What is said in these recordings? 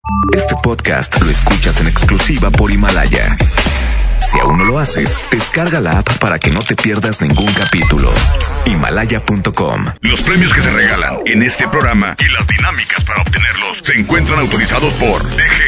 Este podcast lo escuchas en exclusiva por Himalaya. Si aún no lo haces, descarga la app para que no te pierdas ningún capítulo. Himalaya.com. Los premios que se regalan en este programa y las dinámicas para obtenerlos se encuentran autorizados por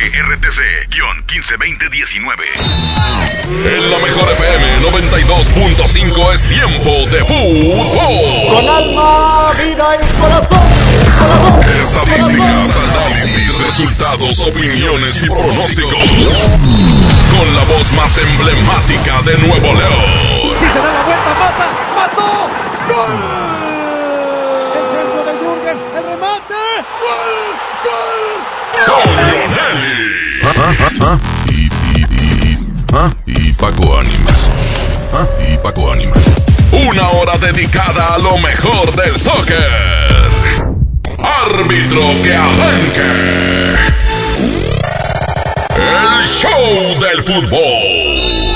DGRTC-152019. En la mejor FM 92.5 es tiempo de fútbol. Con alma, vida y corazón. Estadísticas, análisis, resultados, opiniones y pronósticos. Con la voz más emblemática de Nuevo León. Si se da la vuelta, mató. ¡Gol! El centro del Jürgen, el remate. ¡Gol! Y Paco Ánimas. Una hora dedicada a lo mejor del soccer. Árbitro que arranque. El show del fútbol.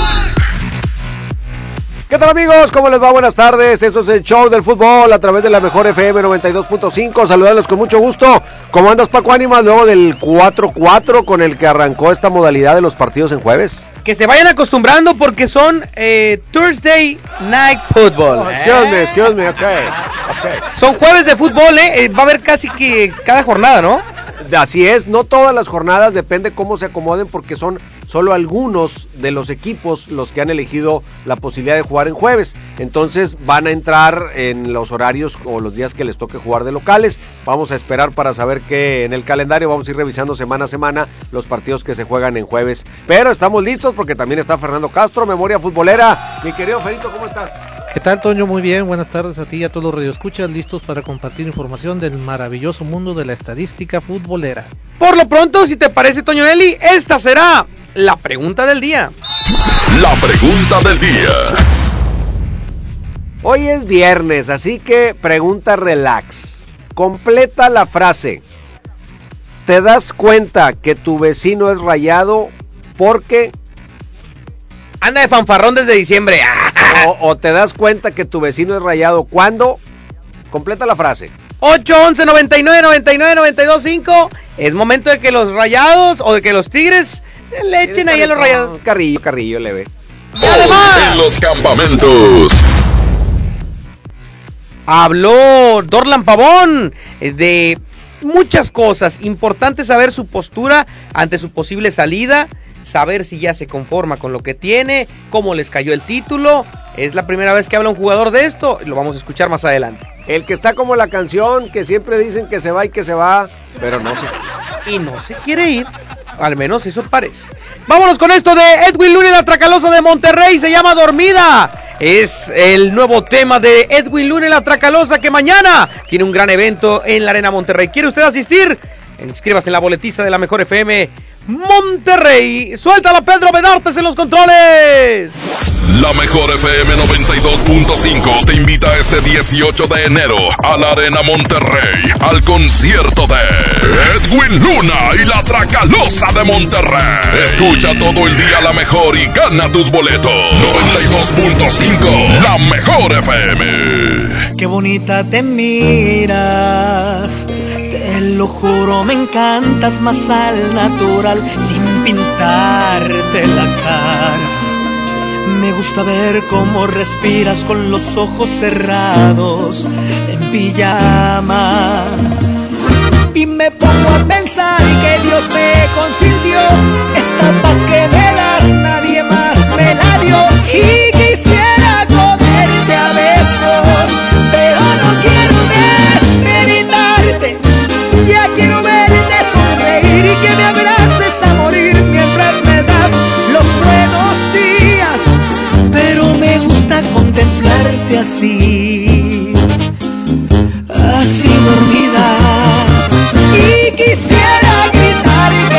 ¿Qué tal, amigos? ¿Cómo les va? Buenas tardes. Esto es el show del fútbol a través de la mejor FM 92.5. Saludarlos con mucho gusto. ¿Cómo andas, Paco Ánimas? Luego del 4-4 con el que arrancó esta modalidad de los partidos en jueves. Que se vayan acostumbrando porque son Thursday Night Football. Oh, excuse me, okay. Son jueves de fútbol, va a haber casi que cada jornada, ¿no? Así es, no todas las jornadas, depende cómo se acomoden porque son solo algunos de los equipos los que han elegido la posibilidad de jugar en jueves. Entonces van a entrar en los horarios o los días que les toque jugar de locales. Vamos a esperar para saber que en el calendario vamos a ir revisando semana a semana los partidos que se juegan en jueves. Pero estamos listos porque también está Fernando Castro, Memoria Futbolera. Mi querido Ferito, ¿cómo estás? ¿Qué tal, Toño? Muy bien, buenas tardes a ti y a todos los radioescuchas, listos para compartir información del maravilloso mundo de la estadística futbolera. Por lo pronto, si te parece, Toño Nelly, esta será la pregunta del día. La pregunta del día. Hoy es viernes, así que pregunta relax. Completa la frase. ¿Te das cuenta que tu vecino es rayado porque... Anda de fanfarrón desde diciembre. O te das cuenta que tu vecino es rayado cuando... Completa la frase. 811 99 99 925. Es momento de que los Rayados o de que los Tigres le echen ahí a los Rayados. Carrillo leve. Y además, en los campamentos habló Dorlan Pavón de muchas cosas. Importante saber su postura ante su posible salida, saber si ya se conforma con lo que tiene, cómo les cayó el título. Es la primera vez que habla un jugador de esto, lo vamos a escuchar más adelante. El que está como la canción, que siempre dicen que se va y que se va, pero no se... Y no se quiere ir, al menos eso parece. Vámonos con esto de Edwin Luna y la Tracalosa de Monterrey, se llama Dormida. Es el nuevo tema de Edwin Luna y la Tracalosa, que mañana tiene un gran evento en la Arena Monterrey. ¿Quiere usted asistir? Inscríbase en la boletiza de la Mejor FM Monterrey. Suéltala, Pedro Bedartes en los controles. La Mejor FM 92.5 te invita este 18 de enero a la Arena Monterrey al concierto de Edwin Luna y la Tracalosa de Monterrey. Escucha todo el día La Mejor y gana tus boletos. 92.5 La Mejor FM. Qué bonita te miras, te lo juro, me encantas más al natural, sin pintarte la cara. Me gusta ver cómo respiras con los ojos cerrados, en pijama. Y me pongo a pensar que Dios me consintió, esta paz que me das nadie más me la dio. Y quisiera comerte a besos, pero no quiero desmeritarte. Ya quiero verte sonreír y que me abraces a morir mientras me das los buenos días. Pero me gusta contemplarte así, así dormida. Y quisiera gritarte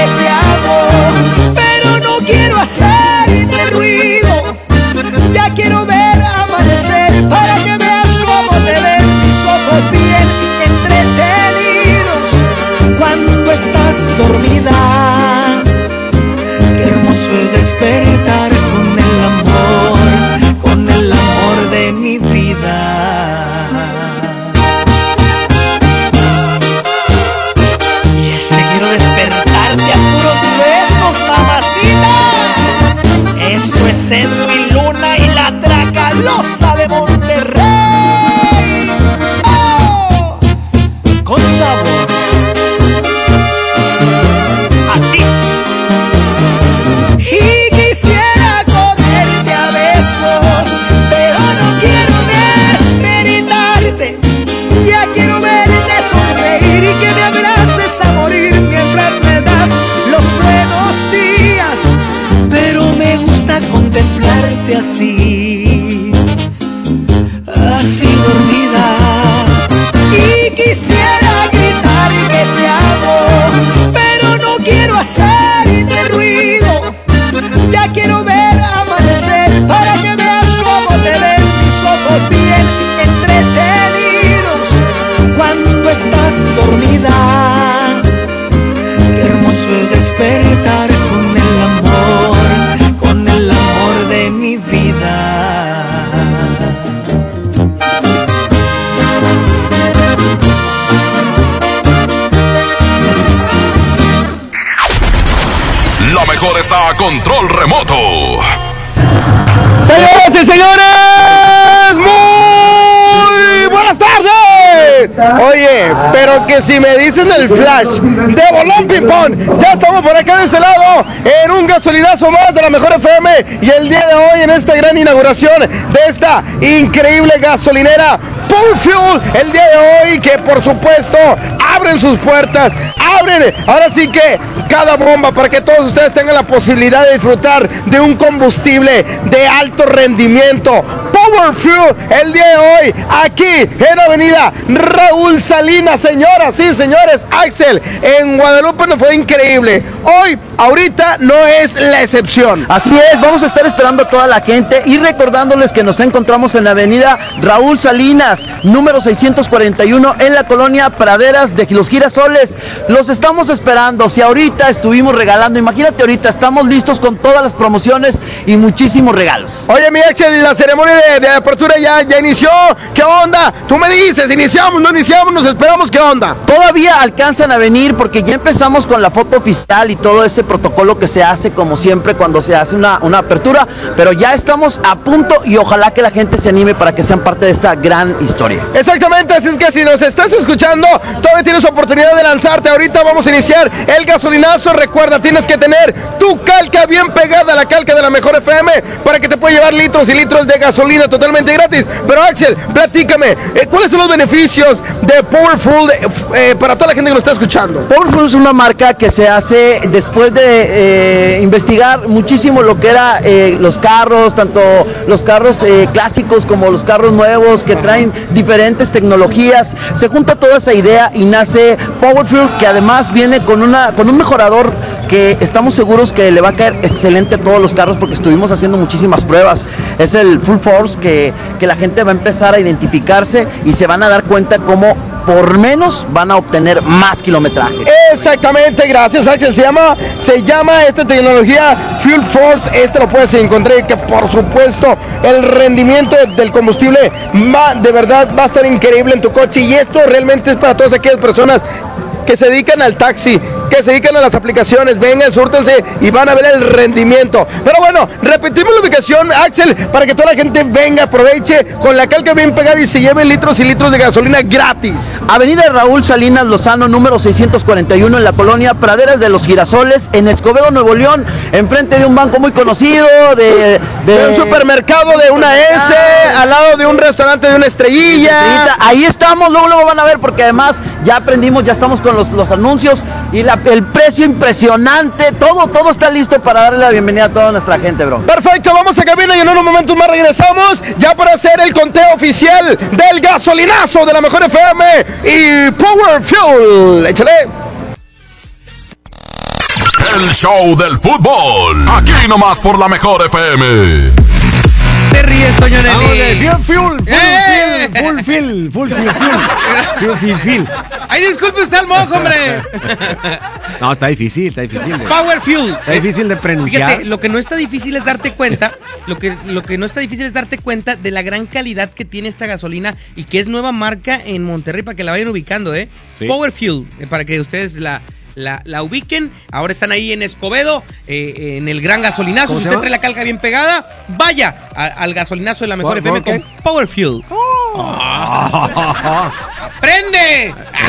quiero hacer ese ruido, ya quiero ver amanecer para que veas cómo te ven mis ojos bien entretenidos cuando estás dormida. Qué hermoso es despertar con el amor de mi vida. La mejor está a control remoto. Señoras y señores, muy buenas tardes. Oye, pero que si me dicen el flash de Bolón Ping-Pong, ya estamos por acá de este lado en un gasolinazo más de la mejor FM y el día de hoy en esta gran inauguración de esta increíble gasolinera Power Fuel, el día de hoy que por supuesto abren sus puertas, abren ahora sí que cada bomba para que todos ustedes tengan la posibilidad de disfrutar de un combustible de alto rendimiento. Power Fuel, el día de hoy, aquí en Avenida Raúl Salinas, señoras y señores. Axel, en Guadalupe nos fue increíble. Hoy, ahorita, no es la excepción. Así es, vamos a estar esperando a toda la gente y recordándoles que nos encontramos en la Avenida Raúl Salinas, número 641, en la colonia Praderas de los Girasoles. Los estamos esperando. Si ahorita estuvimos regalando, imagínate ahorita, estamos listos con todas las promociones y muchísimos regalos. Oye, mi Axel, la ceremonia de apertura ya inició. ¿Qué onda? Tú me dices, iniciamos, no iniciamos, nos esperamos, ¿qué onda? Todavía alcanzan a venir porque ya empezamos con la foto oficial y todo ese protocolo que se hace como siempre cuando se hace una apertura, pero ya estamos a punto y ojalá que la gente se anime para que sean parte de esta gran historia. Exactamente, así es que si nos estás escuchando, todavía tienes oportunidad de lanzarte. Ahorita vamos a iniciar el gasolinazo. Recuerda, tienes que tener tu calca bien pegada a la calca de la mejor FM para que te pueda llevar litros y litros de gasolina totalmente gratis. Pero Axel, platícame, ¿cuáles son los beneficios de Powerful para toda la gente que nos está escuchando? Powerful es una marca que se hace después de investigar muchísimo lo que era los carros, tanto los carros clásicos como los carros nuevos que traen diferentes tecnologías. Se junta toda esa idea y nace Powerful, que además viene con un mejorador que estamos seguros que le va a caer excelente a todos los carros porque estuvimos haciendo muchísimas pruebas. Es el Full Force que la gente va a empezar a identificarse y se van a dar cuenta cómo por menos van a obtener más kilometraje. Exactamente, gracias Axel. Se llama esta tecnología Fuel Force. Lo puedes encontrar y que por supuesto el rendimiento del combustible de verdad va a estar increíble en tu coche, y esto realmente es para todas aquellas personas que se dedican al taxi, que se dedican a las aplicaciones. Vengan, súrtense y van a ver el rendimiento. Pero bueno, repetimos la ubicación, Axel, para que toda la gente venga, aproveche con la calca bien pegada y se lleve litros y litros de gasolina gratis. Avenida Raúl Salinas Lozano, número 641, en la colonia Praderas de los Girasoles, en Escobedo, Nuevo León, enfrente de un banco muy conocido, de un supermercado de una S, al lado de un restaurante de una estrellilla. Ahí estamos, luego van a ver, porque además ya aprendimos, ya estamos con los anuncios y el precio impresionante, todo está listo para darle la bienvenida a toda nuestra gente, bro. Perfecto, vamos a cabina y en unos momentos más regresamos ya para hacer el conteo oficial del gasolinazo de la mejor FM y Power Fuel. Échale. El show del fútbol, aquí nomás por la mejor FM. Te ríes, Toño Nelly. Fuel. Ay, disculpe usted el mojo, hombre. No, está difícil. Power Fuel. Está difícil de pronunciar. Fíjate, lo que no está difícil es darte cuenta, lo que no está difícil es darte cuenta de la gran calidad que tiene esta gasolina y que es nueva marca en Monterrey para que la vayan ubicando, Sí. Power Fuel, para que ustedes la ubiquen. Ahora están ahí en Escobedo, en el gran gasolinazo. Si usted trae la calca bien pegada, vaya al gasolinazo de la mejor FM con Power Fuel. ¡Aprende!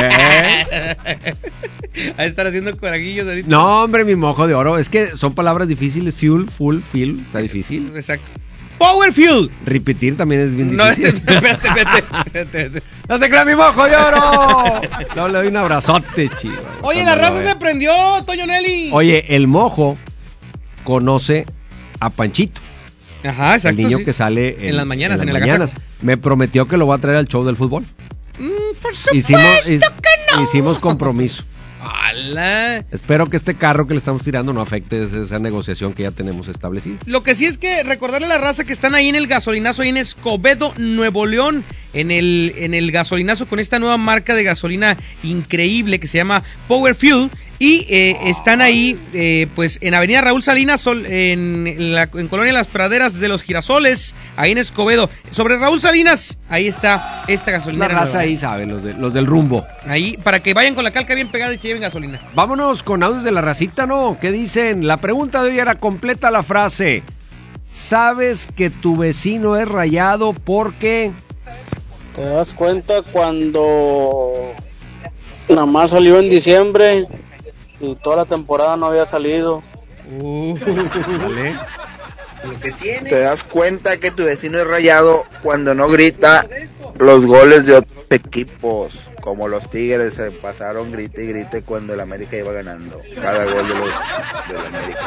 A estar haciendo corajillos ahorita. No, hombre, mi mojo de oro. Es que son palabras difíciles. Fuel, está difícil. Exacto. Power Fuel. Repetir también es bien difícil. No, espérate. ¡No se crea mi mojo de oro! No, le doy un abrazote, chido. Oye, la raza se prendió, Toño Nelly. Oye, el mojo conoce a Panchito. Ajá, exacto. El niño que sale en las mañanas, en el agasajo. Me prometió que lo va a traer al show del fútbol. Por supuesto que no. Hicimos compromiso. ¡Hala! Espero que este carro que le estamos tirando no afecte esa negociación que ya tenemos establecida. Lo que sí es que recordarle a la raza que están ahí en el gasolinazo, ahí en Escobedo, Nuevo León, en el gasolinazo con esta nueva marca de gasolina increíble que se llama Power Fuel. Y están ahí, pues, en Avenida Raúl Salinas, en Colonia Las Praderas de los Girasoles, ahí en Escobedo. Sobre Raúl Salinas, ahí está esta gasolinera. La raza ahí sabe, los del rumbo. Ahí, para que vayan con la calca bien pegada y se lleven gasolina. Vámonos con audios de la racita, ¿no? ¿Qué dicen? La pregunta de hoy era completa la frase. ¿Sabes que tu vecino es rayado porque...? Te das cuenta cuando nada más salió en diciembre y toda la temporada no había salido. Vale. Te das cuenta que tu vecino es rayado cuando no grita los goles de otros equipos, como los Tigres se pasaron grite y grite cuando el América iba ganando cada gol del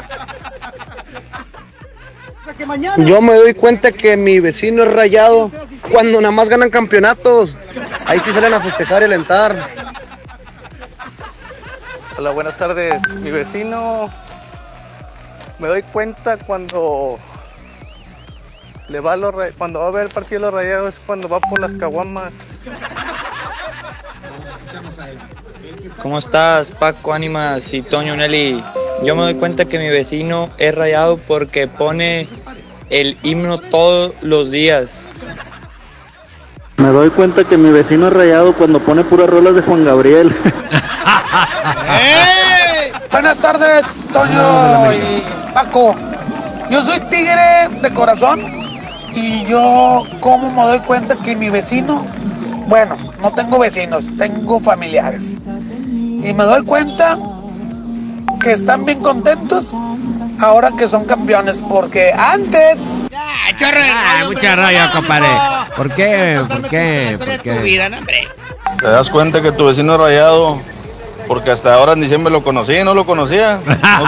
América. Yo me doy cuenta que mi vecino es rayado cuando nada más ganan campeonatos. Ahí sí salen a festejar y alentar. Hola, buenas tardes. Mi vecino, me doy cuenta cuando cuando va a ver el partido de los Rayados es cuando va por las caguamas. ¿Cómo estás, Paco, Ánimas y Toño Nelly? Yo me doy cuenta que mi vecino es rayado porque pone el himno todos los días. Me doy cuenta que mi vecino es rayado cuando pone puras rolas de Juan Gabriel. ¡Hey! Buenas tardes, Toño y Paco. Yo soy tigre de corazón y yo como me doy cuenta que mi vecino, bueno, no tengo vecinos, tengo familiares. Y me doy cuenta que están bien contentos ahora que son campeones, porque antes... mucha raya, compadre. ¿Por qué? ¿Por qué? ¿Por qué? Te das cuenta que tu vecino es rayado porque hasta ahora en diciembre lo conocí, no lo conocía.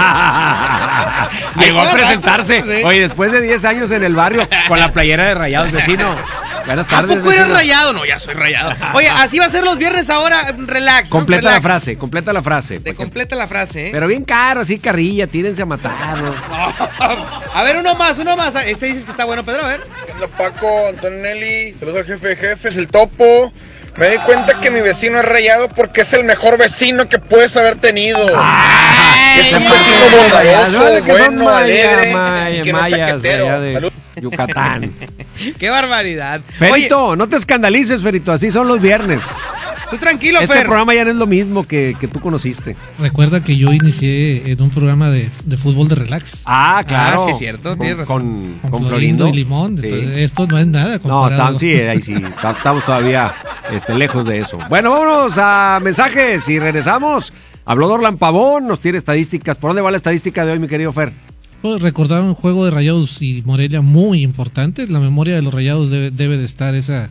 Llegó a presentarse. Oye, después de 10 años en el barrio con la playera de Rayados, vecino. Buenas tardes, ¿a poco eres rayado? No, ya soy rayado. Oye, así va a ser los viernes ahora, relax. Completa relax. la frase, completa la frase. Te completa la frase, ¿eh? Pero bien caro, así carrilla, tírense a matarnos. A ver, uno más. Este dices que está bueno, Pedro, a ver. Hola, Paco, Antonio Nelly, saludos al jefe de jefes, el Topo. Me doy cuenta que mi vecino es rayado porque es el mejor vecino que puedes haber tenido. Es un vecino bondadoso, bueno, alegre, y que no es chaquetero. Yucatán. ¡Qué barbaridad! Ferito, oye, no te escandalices, Ferito, así son los viernes. Tú tranquilo, Fer. Este programa ya no es lo mismo que tú conociste. Recuerda que yo inicié en un programa de fútbol de relax. Ah, claro. Ah, sí, es cierto. Con Florindo y Limón. Sí. Entonces, esto no es nada comparado. No, ahí sí. Estamos todavía lejos de eso. Bueno, vámonos a mensajes y regresamos. Habló Dorlan Pavón, nos tiene estadísticas. ¿Por dónde va la estadística de hoy, mi querido Fer? Pues recordar un juego de Rayados y Morelia muy importante. En la memoria de los Rayados debe de estar esa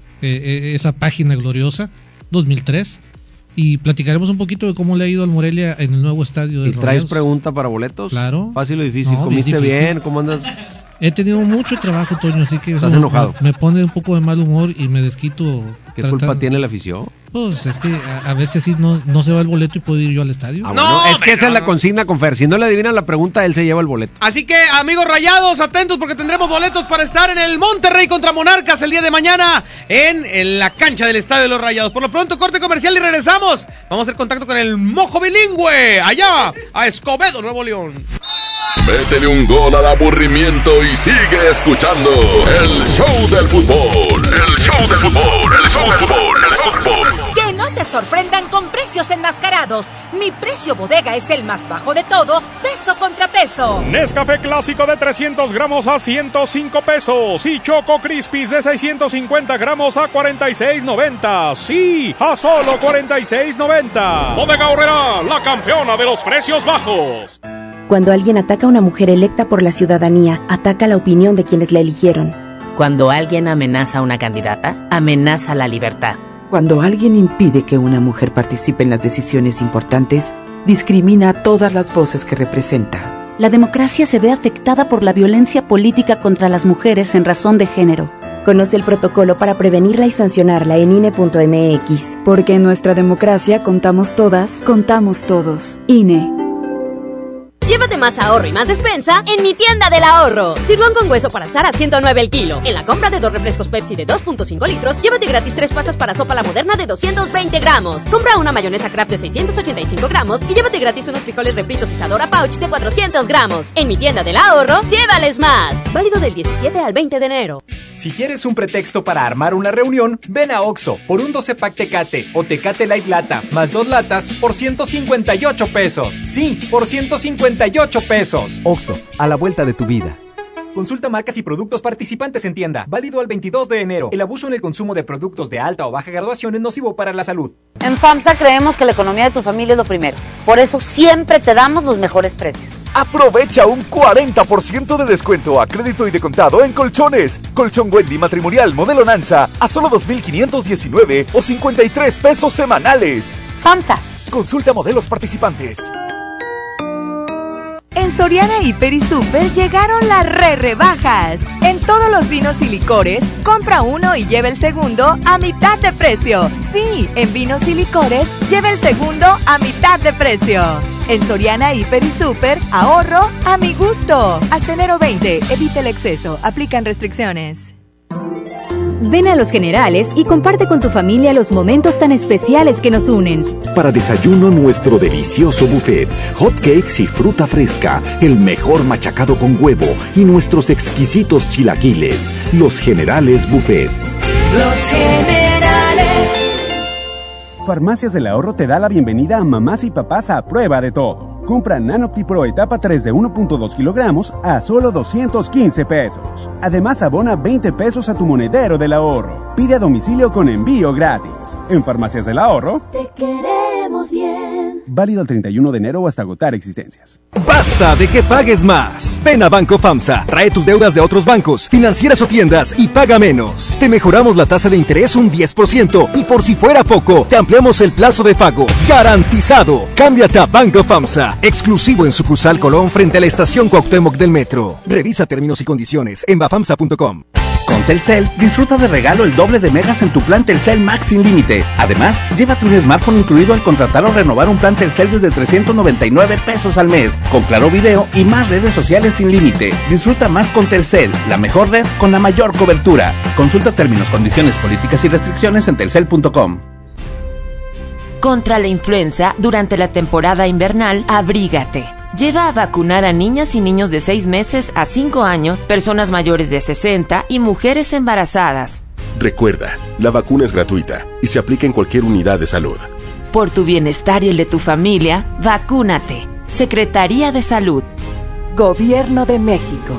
página gloriosa, 2003. Y platicaremos un poquito de cómo le ha ido al Morelia en el nuevo estadio de ¿Y traes pregunta para boletos? Claro. ¿Fácil o difícil? No, ¿comiste bien? bien? ¿Cómo andas? He tenido mucho trabajo, Toño, así que ¿estás enojado? Me pone un poco de mal humor y me desquito. ¿Qué culpa tiene la afición? Pues es que a ver si así no se va el boleto y puedo ir yo al estadio. Bueno, es que esa es la consigna con Fer. Si no le adivinan la pregunta, él se lleva el boleto. Así que, amigos rayados, atentos porque tendremos boletos para estar en el Monterrey contra Monarcas el día de mañana en la cancha del Estadio de los Rayados. Por lo pronto, corte comercial y regresamos. Vamos a hacer contacto con el Mojo Bilingüe, allá a Escobedo, Nuevo León. Métele un gol al aburrimiento y sigue escuchando el show del fútbol. El show del fútbol, el show del fútbol, el show del fútbol. Que no te sorprendan con precios enmascarados. Mi precio bodega es el más bajo de todos, peso contra peso. Nescafé clásico de 300 gramos a 105 pesos. Y Choco Crispies de 650 gramos a 46.90. Sí, a solo 46.90. Bodega Aurrera, la campeona de los precios bajos. Cuando alguien ataca a una mujer electa por la ciudadanía, ataca la opinión de quienes la eligieron. Cuando alguien amenaza a una candidata, amenaza la libertad. Cuando alguien impide que una mujer participe en las decisiones importantes, discrimina a todas las voces que representa. La democracia se ve afectada por la violencia política contra las mujeres en razón de género. Conoce el protocolo para prevenirla y sancionarla en INE.mx. Porque en nuestra democracia contamos todas, contamos todos. INE. Llévate más ahorro y más despensa en mi tienda del ahorro. Sirloin con hueso para asar a 109 el kilo. En la compra de 2 refrescos Pepsi de 2.5 litros, llévate gratis 3 pastas para sopa La Moderna de 220 gramos. Compra una mayonesa Kraft de 685 gramos y llévate gratis unos frijoles refritos Isadora Pouch de 400 gramos. En mi tienda del ahorro, llévales más. Válido del 17 al 20 de enero. Si quieres un pretexto para armar una reunión, ven a Oxxo por un 12-pack Tecate o Tecate Light Lata más 2 latas por 158 pesos. Sí, por 158 pesos. Oxxo, a la vuelta de tu vida. Consulta marcas y productos participantes en tienda. Válido al 22 de enero. El abuso en el consumo de productos de alta o baja graduación es nocivo para la salud. En FAMSA creemos que la economía de tu familia es lo primero. Por eso siempre te damos los mejores precios. Aprovecha un 40% de descuento a crédito y de contado en colchones. Colchón Wendy matrimonial modelo Nansa a solo 2,519 o 53 pesos semanales. FAMSA. Consulta modelos participantes. En Soriana Hiper y Super llegaron las rebajas. En todos los vinos y licores, compra uno y lleva el segundo a mitad de precio. Sí, en vinos y licores, lleva el segundo a mitad de precio. En Soriana Hiper y Super, ahorro a mi gusto. Hasta enero 20, evita el exceso, aplican restricciones. Ven a Los Generales y comparte con tu familia los momentos tan especiales que nos unen. Para desayuno, nuestro delicioso buffet, hot cakes y fruta fresca, el mejor machacado con huevo y nuestros exquisitos chilaquiles. Los Generales Buffets. Los Generales. Farmacias del Ahorro te da la bienvenida a mamás y papás a prueba de todo. Compra Nanopti Pro etapa 3 de 1.2 kilogramos a solo 215 pesos. Además, abona 20 pesos a tu monedero del ahorro. Pide a domicilio con envío gratis. En Farmacias del Ahorro, te queremos bien. Válido el 31 de enero o hasta agotar existencias. ¡Basta de que pagues más! Ven a Banco FAMSA, trae tus deudas de otros bancos, financieras o tiendas y paga menos. Te mejoramos la tasa de interés un 10% y por si fuera poco, te ampliamos el plazo de pago. ¡Garantizado! Cámbiate a Banco FAMSA. Exclusivo en sucursal Colón frente a la estación Cuauhtémoc del Metro. Revisa términos y condiciones en bafamsa.com. Con Telcel, disfruta de regalo el doble de megas en tu plan Telcel Max sin límite. Además, llévate un smartphone incluido al contratar o renovar un plan Telcel desde 399 pesos al mes, con claro video y más redes sociales sin límite. Disfruta más con Telcel, la mejor red con la mayor cobertura. Consulta términos, condiciones, políticas y restricciones en telcel.com. Contra la influenza, durante la temporada invernal, abrígate. Lleva a vacunar a niñas y niños de 6 meses a 5 años, personas mayores de 60 y mujeres embarazadas. Recuerda, la vacuna es gratuita y se aplica en cualquier unidad de salud. Por tu bienestar y el de tu familia, vacúnate. Secretaría de Salud. Gobierno de México.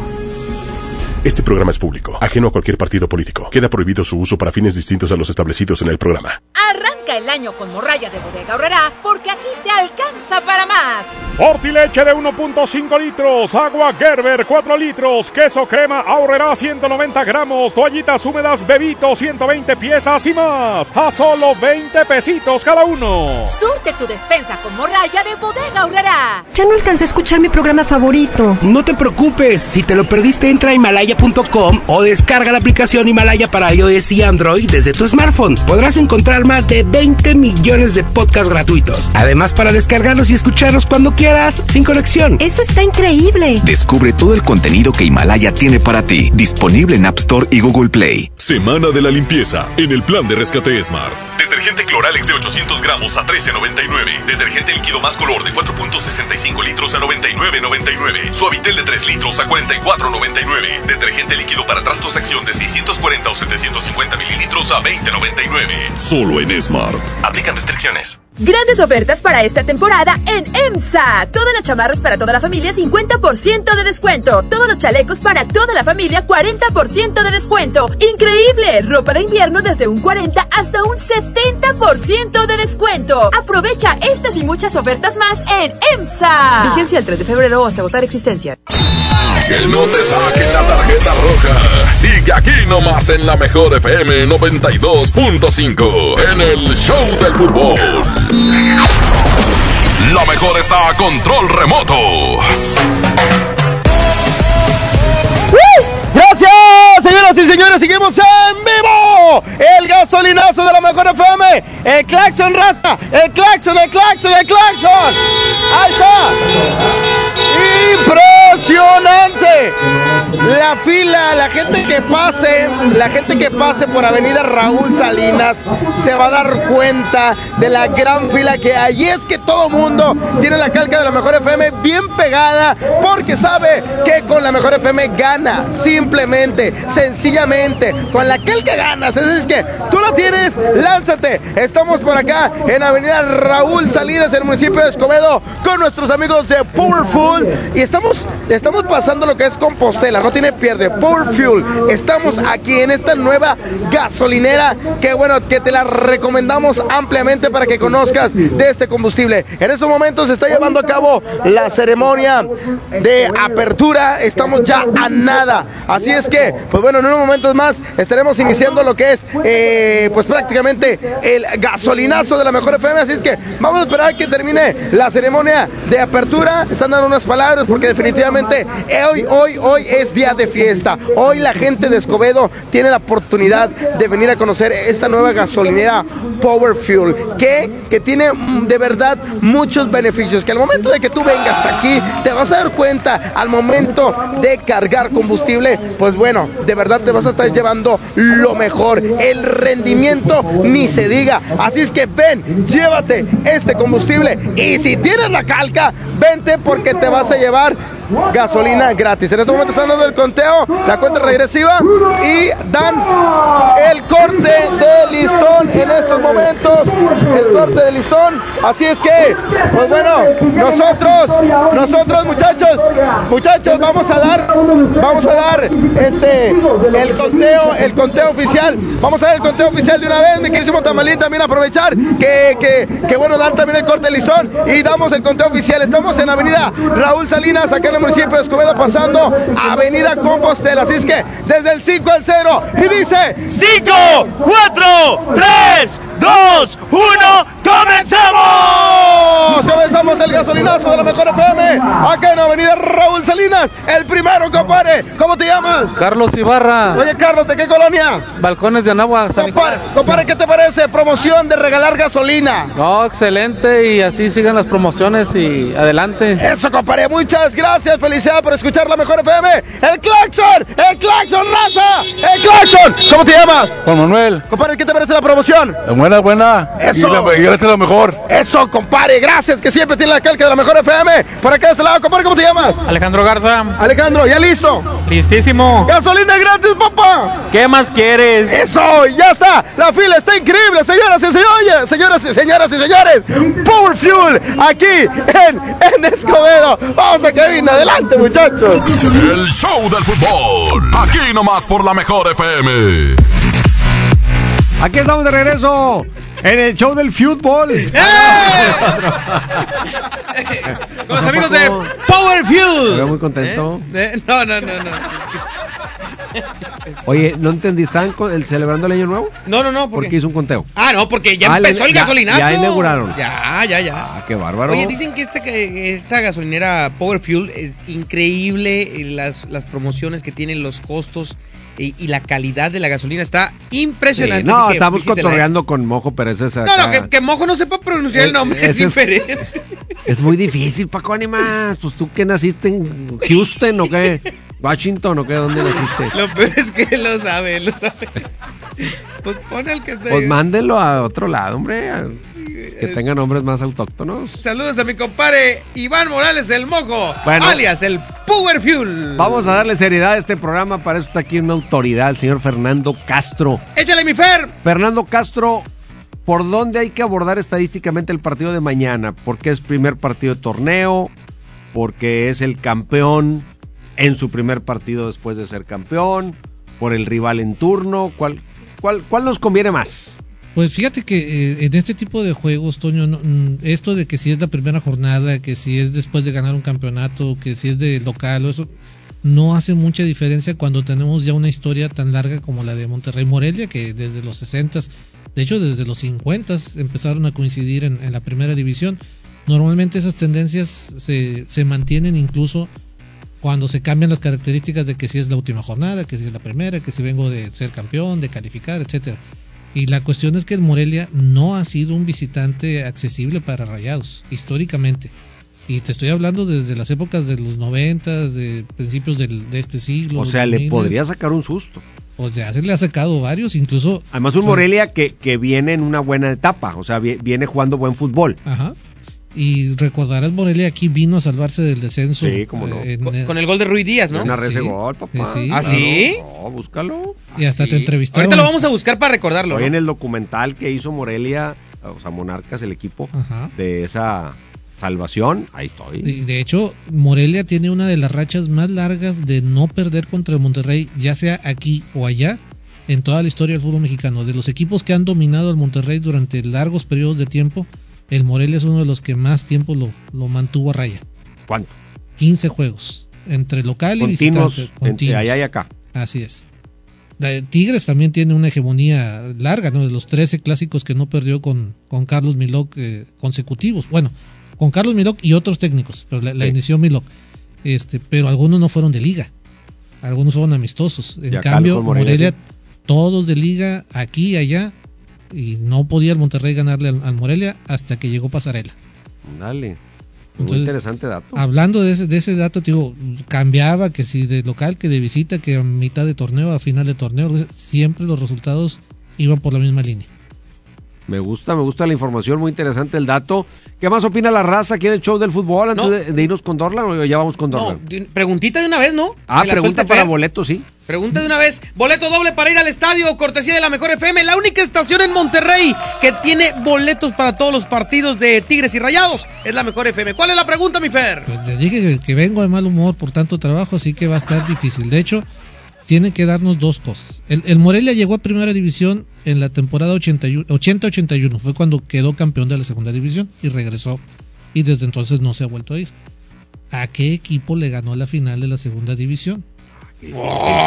Este programa es público, ajeno a cualquier partido político. Queda prohibido su uso para fines distintos a los establecidos en el programa. Arranca el año con morralla de Bodega Aurrerá, porque aquí te alcanza para más. Fortileche de 1.5 litros, agua Gerber 4 litros, queso crema Aurrerá 190 gramos, toallitas húmedas Bebito 120 piezas y más, a solo 20 pesitos cada uno. Surte tu despensa con morralla de Bodega Aurrerá. Ya no alcancé a escuchar mi programa favorito. No te preocupes, si te lo perdiste entra a Himalaya.com o descarga la aplicación Himalaya para iOS y Android desde tu smartphone. Podrás encontrar más de 20 millones de podcasts gratuitos. Además, para descargarlos y escucharlos cuando quieras, sin conexión. ¡Eso está increíble! Descubre todo el contenido que Himalaya tiene para ti. Disponible en App Store y Google Play. Semana de la limpieza en el plan de rescate Smart. Detergente Cloralex de 800 gramos a $13.99. Detergente líquido más color de 4.65 litros a $99.99. Suavitel de 3 litros a $44.99. Detergente líquido para trastos Acción de 640 o 750 mililitros a $20.99. Solo en Smart. Aplican restricciones. Grandes ofertas para esta temporada en EMSA. Todas las chamarras para toda la familia, 50% de descuento. Todos los chalecos para toda la familia, 40% de descuento. ¡Increíble! Ropa de invierno desde un 40 hasta un 70% de descuento. Aprovecha estas y muchas ofertas más en EMSA. Vigencia el 3 de febrero hasta agotar existencia. Que no te saquen la tarjeta roja. Sigue aquí nomás en la mejor FM 92.5 en el Show del Fútbol. La mejor está a control remoto. Gracias, señoras Señoras y señores, seguimos en vivo. El gasolinazo de la mejor FM. El claxon, raza. El claxon. Ahí está. Impresionante. La fila, la gente que pase por Avenida Raúl Salinas se va a dar cuenta de la gran fila que hay. Y es que todo mundo tiene la calca de la mejor FM bien pegada, porque sabe que con la mejor FM gana. Simplemente, sencillamente, con la calca ganas. Es que tú la tienes, lánzate. Estamos por acá en Avenida Raúl Salinas, en el municipio de Escobedo, con nuestros amigos de Powerfuel. Y estamos pasando lo que es Compostela, no tiene pierde. Powerfuel, estamos aquí en esta nueva gasolinera que te la recomendamos ampliamente para que conozcas de este combustible. En estos momentos se está llevando a cabo la ceremonia de apertura, estamos ya a nada, así es que, en unos momentos más estaremos iniciando lo que es, prácticamente el gasolinazo de la mejor FM, así es que vamos a esperar que termine la ceremonia de apertura. Están dando unas palabras porque definitivamente hoy es día de fiesta. Hoy la gente de Escobedo tiene la oportunidad de venir a conocer esta nueva gasolinera Powerfuel, que tiene de verdad muchos beneficios, que al momento de que tú vengas aquí te vas a dar cuenta, al momento de cargar combustible, de verdad te vas a estar llevando lo mejor, el rendimiento ni se diga. Así es que ven, llévate este combustible, y si tienes la calca, vente porque te vas a llevar gasolina gratis. En este momento están dando el conteo, la cuenta regresiva, y dan el corte de listón en estos momentos, el corte de listón. Así es que, nosotros muchachos, vamos a dar el conteo oficial. Vamos a dar el conteo oficial de una vez, mi querísimo Tamalín, también aprovechar que dan también el corte de listón y damos el conteo oficial. Estamos en Avenida Raúl Salinas, acá en el municipio de Escobedo, pasando Avenida Compostela. Así es que desde el 5 al 0, y dice 5, 4, 3, 2, 1, ¡comenzamos! Comenzamos el gasolinazo de la mejor FM, acá en Avenida Raúl Salinas. El primero, compadre, ¿cómo te llamas? Carlos Ibarra. Oye, Carlos, ¿de qué colonia? Balcones de Anáhuac. Compadre, ¿qué te parece? Promoción de regalar gasolina. No, excelente, y así sigan las promociones y adelante. Eso, compadre, muchas gracias, felicidades por escuchar la mejor FM. ¡El claxon, raza! ¡El claxon! ¿Cómo te llamas? Juan Manuel. Compadre, ¿qué te parece la promoción? Buena. Eso. Y es lo mejor. Eso, compadre, gracias, que siempre tiene la calca de la mejor FM. Por acá de este lado, compadre, ¿cómo te llamas? Alejandro Garza. Alejandro, ¿ya listo? Listísimo. ¡Gasolina gratis, papá! ¿Qué más quieres? Eso, ya está. La fila está increíble, señoras y señores. Powerfuel, aquí en Escobedo. Vamos a cabina, adelante, muchachos. El show del fútbol, aquí nomás por la mejor FM. Aquí estamos de regreso en el show del fútbol. Con los amigos de Powerfuel. Estoy muy contento. No. Oye, no entendí, ¿estaban celebrando el año nuevo? No. ¿Por qué hizo un conteo? No, porque ya empezó el gasolinazo. Ya inauguraron. Ya. Ah, qué bárbaro. Oye, dicen que esta gasolinera Powerfuel es increíble, las promociones que tienen, los costos y la calidad de la gasolina está impresionante. Sí, estamos cotorreando con Mojo Pérez. No, que Mojo no sepa pronunciar el nombre, es diferente. Es muy difícil, Paco Ánimas. Pues tú que naciste en Houston o qué, Washington o qué, ¿dónde naciste? Lo peor es que él lo sabe. Pues pon el que esté. Pues mándelo a otro lado, hombre. Que tenga nombres más autóctonos. Saludos a mi compadre Iván Morales, el Mojo, alias el Powerfuel. Vamos a darle seriedad a este programa. Para eso está aquí una autoridad, el señor Fernando Castro. ¡Échale, mi Fer! Fernando Castro, ¿por dónde hay que abordar estadísticamente el partido de mañana? Porque es primer partido de torneo, porque es el campeón en su primer partido después de ser campeón, por el rival en turno. ¿Cuál nos conviene más? Pues fíjate que en este tipo de juegos, Toño, esto de que si es la primera jornada, que si es después de ganar un campeonato, que si es de local, eso no hace mucha diferencia cuando tenemos ya una historia tan larga como la de Monterrey Morelia, que desde los 60s, de hecho desde los 50s empezaron a coincidir en la primera división. Normalmente esas tendencias se mantienen incluso Cuando se cambian las características de que si es la última jornada, que si es la primera, que si vengo de ser campeón, de calificar, etcétera. Y la cuestión es que el Morelia no ha sido un visitante accesible para Rayados, históricamente. Y te estoy hablando desde las épocas de los 90, de principios de este siglo. O sea, le podría sacar un susto. Pues ya se le ha sacado varios, incluso... Además un Morelia que viene en una buena etapa, o sea, viene jugando buen fútbol. Ajá. Y recordarás, Morelia aquí vino a salvarse del descenso. Sí, cómo no. Con el gol de Rui Díaz, ¿no? Una ese gol, papá. Sí, ¿Ah, sí? No, búscalo. Y hasta te entrevistaron. Ahorita lo vamos a buscar para recordarlo. Hoy ¿no? en el documental que hizo Morelia, o sea, Monarcas, el equipo, de esa salvación, ahí estoy. De hecho, Morelia tiene una de las rachas más largas de no perder contra el Monterrey, ya sea aquí o allá, en toda la historia del fútbol mexicano. De los equipos que han dominado al Monterrey durante largos periodos de tiempo, el Morelia es uno de los que más tiempo lo mantuvo a raya. ¿Cuánto? 15 juegos, entre local y visitante. Entre allá y acá. Así es. Tigres también tiene una hegemonía larga, ¿no? De los 13 clásicos que no perdió con Carlos Milok consecutivos. Bueno, con Carlos Milok y otros técnicos, pero la inició Milok. Pero algunos no fueron de liga. Algunos fueron amistosos. En cambio, Morelia, todos de liga, aquí y allá. Y no podía el Monterrey ganarle al Morelia hasta que llegó Pasarela. Dale. Muy Entonces, interesante dato. Hablando de ese dato, digo, cambiaba que si de local, que de visita, que a mitad de torneo, a final de torneo, siempre los resultados iban por la misma línea. Me gusta la información, muy interesante el dato. ¿Qué más opina la raza aquí en el show del fútbol antes de irnos con Dorlan o ya vamos con Dorlan? No, preguntita de una vez, ¿no? Pregunta para boletos, sí. Pregunta de una vez, boleto doble para ir al estadio, cortesía de la Mejor FM, la única estación en Monterrey que tiene boletos para todos los partidos de Tigres y Rayados, es la Mejor FM. ¿Cuál es la pregunta, mi Fer? Pues te dije que vengo de mal humor por tanto trabajo, así que va a estar difícil. De hecho, tiene que darnos dos cosas. El Morelia llegó a Primera División en la temporada 80-81, fue cuando quedó campeón de la Segunda División y regresó, y desde entonces no se ha vuelto a ir. ¿A qué equipo le ganó la final de la Segunda División? Y no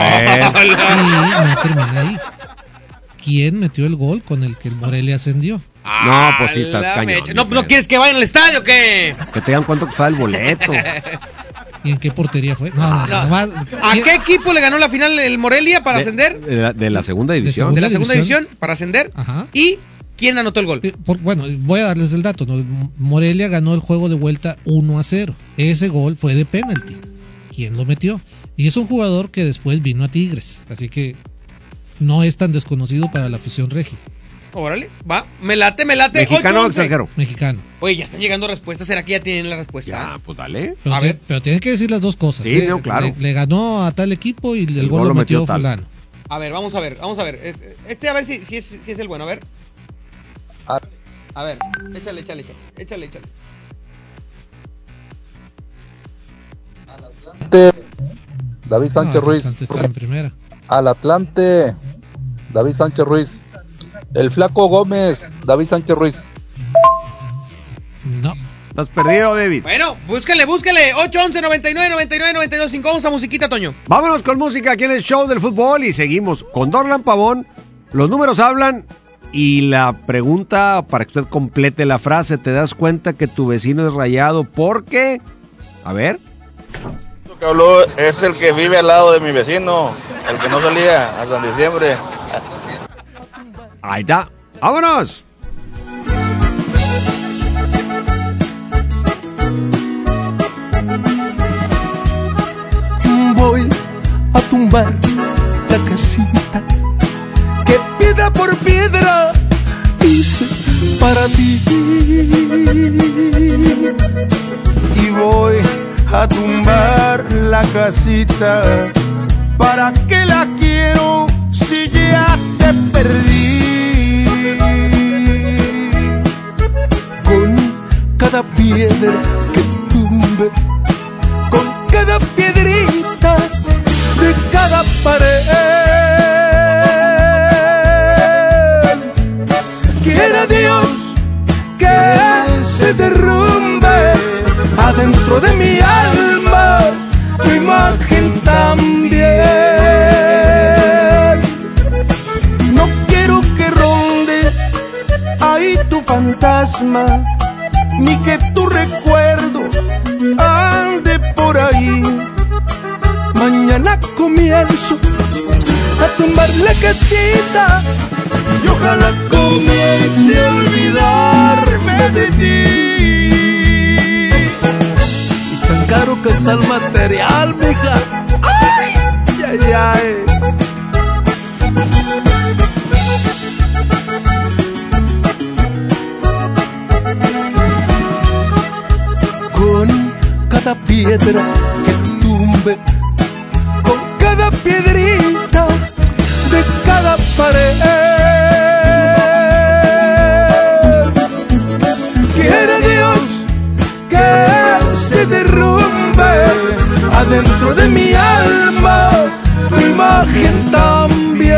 termina ahí. ¿Quién metió el gol con el que el Morelia ascendió? No, pues sí estás cañón. ¿No quieres que vayan al estadio o qué? Que te digan cuánto costaba el boleto. ¿Y en qué portería fue? No. ¿A qué equipo le ganó la final el Morelia para ascender? De la Segunda División. De la Segunda División para ascender. Ajá. ¿Y quién anotó el gol? Bueno, voy a darles el dato, ¿no? Morelia ganó el juego de vuelta 1-0. Ese gol fue de penalti. ¿Quién lo metió? Y es un jugador que después vino a Tigres, así que no es tan desconocido para la afición regia. Órale, va, me late. ¿Mexicano o extranjero? Mexicano. Oye, ya están llegando respuestas, ¿será que ya tienen la respuesta? Ya, pues dale. Pero tienen que decir las dos cosas. Sí, no, claro. Le ganó a tal equipo y el gol lo metió fulano. A ver, vamos a ver. A ver si es el bueno, a ver. A ver, échale. David Sánchez Ruiz. Está en primera. Al Atlante, David Sánchez Ruiz. El Flaco Gómez, David Sánchez Ruiz. No. Estás perdido, David. Bueno, búsquele. 811-99-99-92-5. Vamos a musiquita, Toño. Vámonos con música aquí en el show del fútbol y seguimos con Dorlan Pavón. Los números hablan y la pregunta para que usted complete la frase. ¿Te das cuenta que tu vecino es rayado? ¿Por qué? A ver. Lo que habló es el que vive al lado de mi vecino, el que no salía hasta diciembre. Ahí está. ¡Vámonos! Voy a tumbar la casita que piedra por piedra hice para ti. Y voy a tumbar la casita. ¿Para qué la quiero si ya te perdí? Con cada piedra que tumbe, con cada piedrita de cada pared, quiera Dios que se derrumbe adentro de mi alma tu imagen también. No quiero que ronde ahí tu fantasma, ni que tu recuerdo ande por ahí Mañana comienzo a tumbar la casita y ojalá comience a olvidarme de ti. Y tan caro que está el material, mija. ¡Ay! ¡Ay, ay! Con cada piedra que tumbe, con cada piedrita de cada pared, quiere Dios que se derrumbe adentro de mi alma tu imagen también.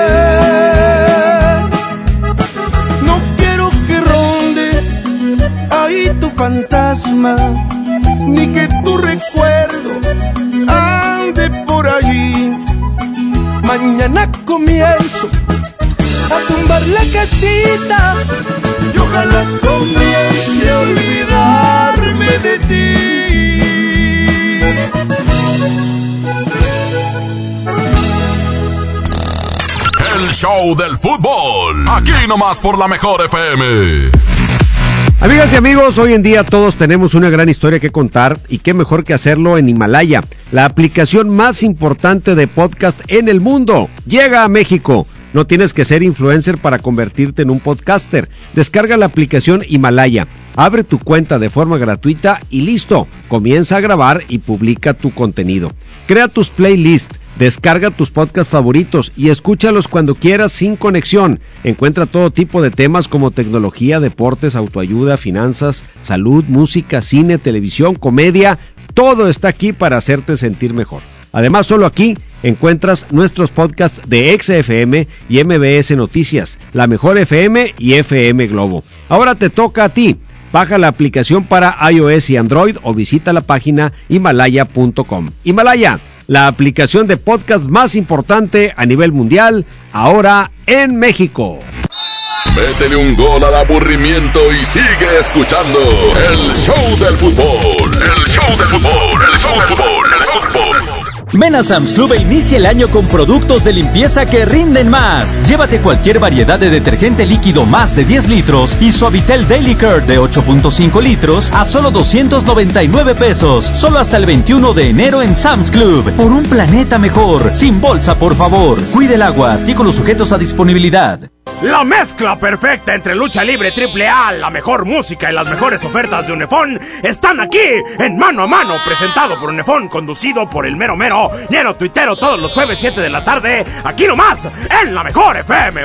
No quiero que ronde ahí tu fantasma, ni que tu recuerdo ande por allí. Mañana comienzo a tumbar la casita y ojalá comience a olvidarme de ti. El show del fútbol, aquí nomás por la Mejor FM. Amigas y amigos, hoy en día todos tenemos una gran historia que contar y qué mejor que hacerlo en Himalaya, la aplicación más importante de podcast en el mundo. Llega a México. No tienes que ser influencer para convertirte en un podcaster. Descarga la aplicación Himalaya, abre tu cuenta de forma gratuita y listo. Comienza a grabar y publica tu contenido. Crea tus playlists. Descarga tus podcasts favoritos y escúchalos cuando quieras sin conexión. Encuentra todo tipo de temas como tecnología, deportes, autoayuda, finanzas, salud, música, cine, televisión, comedia. Todo está aquí para hacerte sentir mejor. Además, solo aquí encuentras nuestros podcasts de XFM y MBS Noticias, La Mejor FM y FM Globo. Ahora te toca a ti. Baja la aplicación para iOS y Android o visita la página himalaya.com. Himalaya, la aplicación de podcast más importante a nivel mundial, ahora en México. Métele un gol al aburrimiento y sigue escuchando el show del fútbol. El show del fútbol, el show del fútbol, el fútbol. Ven a Sam's Club e inicia el año con productos de limpieza que rinden más. Llévate cualquier variedad de detergente líquido más de 10 litros y Suavitel Daily Care de 8.5 litros a solo 299 pesos. Solo hasta el 21 de enero en Sam's Club. Por un planeta mejor. Sin bolsa, por favor. Cuide el agua. Artículos sujetos a disponibilidad. La mezcla perfecta entre lucha libre AAA, la mejor música y las mejores ofertas de Unefón están aquí en Mano a Mano, presentado por Unefón, conducido por el mero mero, lleno tuitero todos los jueves 7 de la tarde, aquí nomás, en la Mejor FM.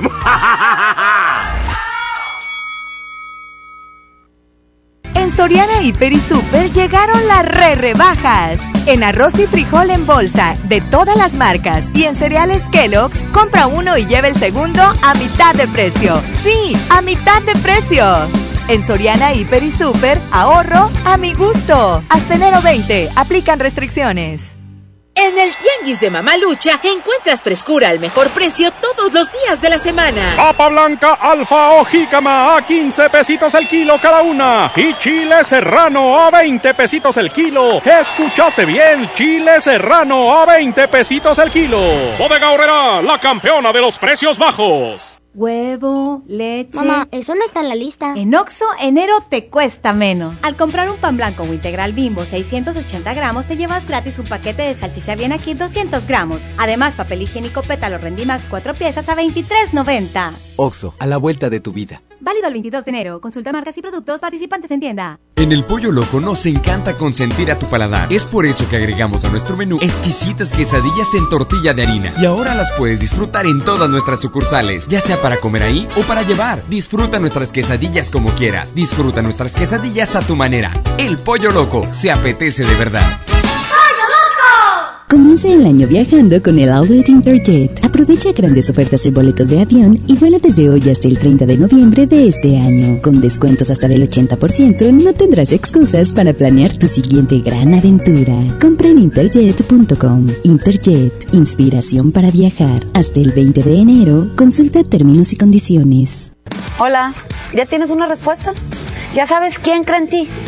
En Soriana Hiper y Super llegaron las rebajas. En arroz y frijol en bolsa de todas las marcas y en cereales Kellogg's, compra uno y lleva el segundo a mitad de precio. Sí, a mitad de precio. En Soriana Hiper y Super, ahorro a mi gusto. Hasta enero 20, aplican restricciones. En el Tianguis de Mamalucha encuentras frescura al mejor precio todos los días de la semana. Papa blanca, alfa o jícama a 15 pesitos el kilo cada una. Y chile serrano a 20 pesitos el kilo. ¿Escuchaste bien? Chile serrano a 20 pesitos el kilo. Bodega Aurrera, la campeona de los precios bajos. Huevo, leche... Mamá, eso no está en la lista. En Oxxo, enero te cuesta menos. Al comprar un pan blanco o integral Bimbo 680 gramos, te llevas gratis un paquete de salchicha Bien Aquí 200 gramos. Además, papel higiénico Pétalo Rendimax 4 piezas a $23.90. Oxxo, a la vuelta de tu vida. Válido el 22 de enero. Consulta marcas y productos participantes en tienda. En el Pollo Loco nos encanta consentir a tu paladar. Es por eso que agregamos a nuestro menú exquisitas quesadillas en tortilla de harina. Y ahora las puedes disfrutar en todas nuestras sucursales, ya sea para comer ahí o para llevar. Disfruta nuestras quesadillas como quieras. Disfruta nuestras quesadillas a tu manera. El Pollo Loco se apetece de verdad. Comienza el año viajando con el Outlet Interjet. Aprovecha grandes ofertas en boletos de avión y vuela desde hoy hasta el 30 de noviembre de este año. Con descuentos hasta del 80%, no tendrás excusas para planear tu siguiente gran aventura. Compra en interjet.com. Interjet, inspiración para viajar. Hasta el 20 de enero, consulta términos y condiciones. Hola, ¿ya tienes una respuesta? ¿Ya sabes quién cree en ti?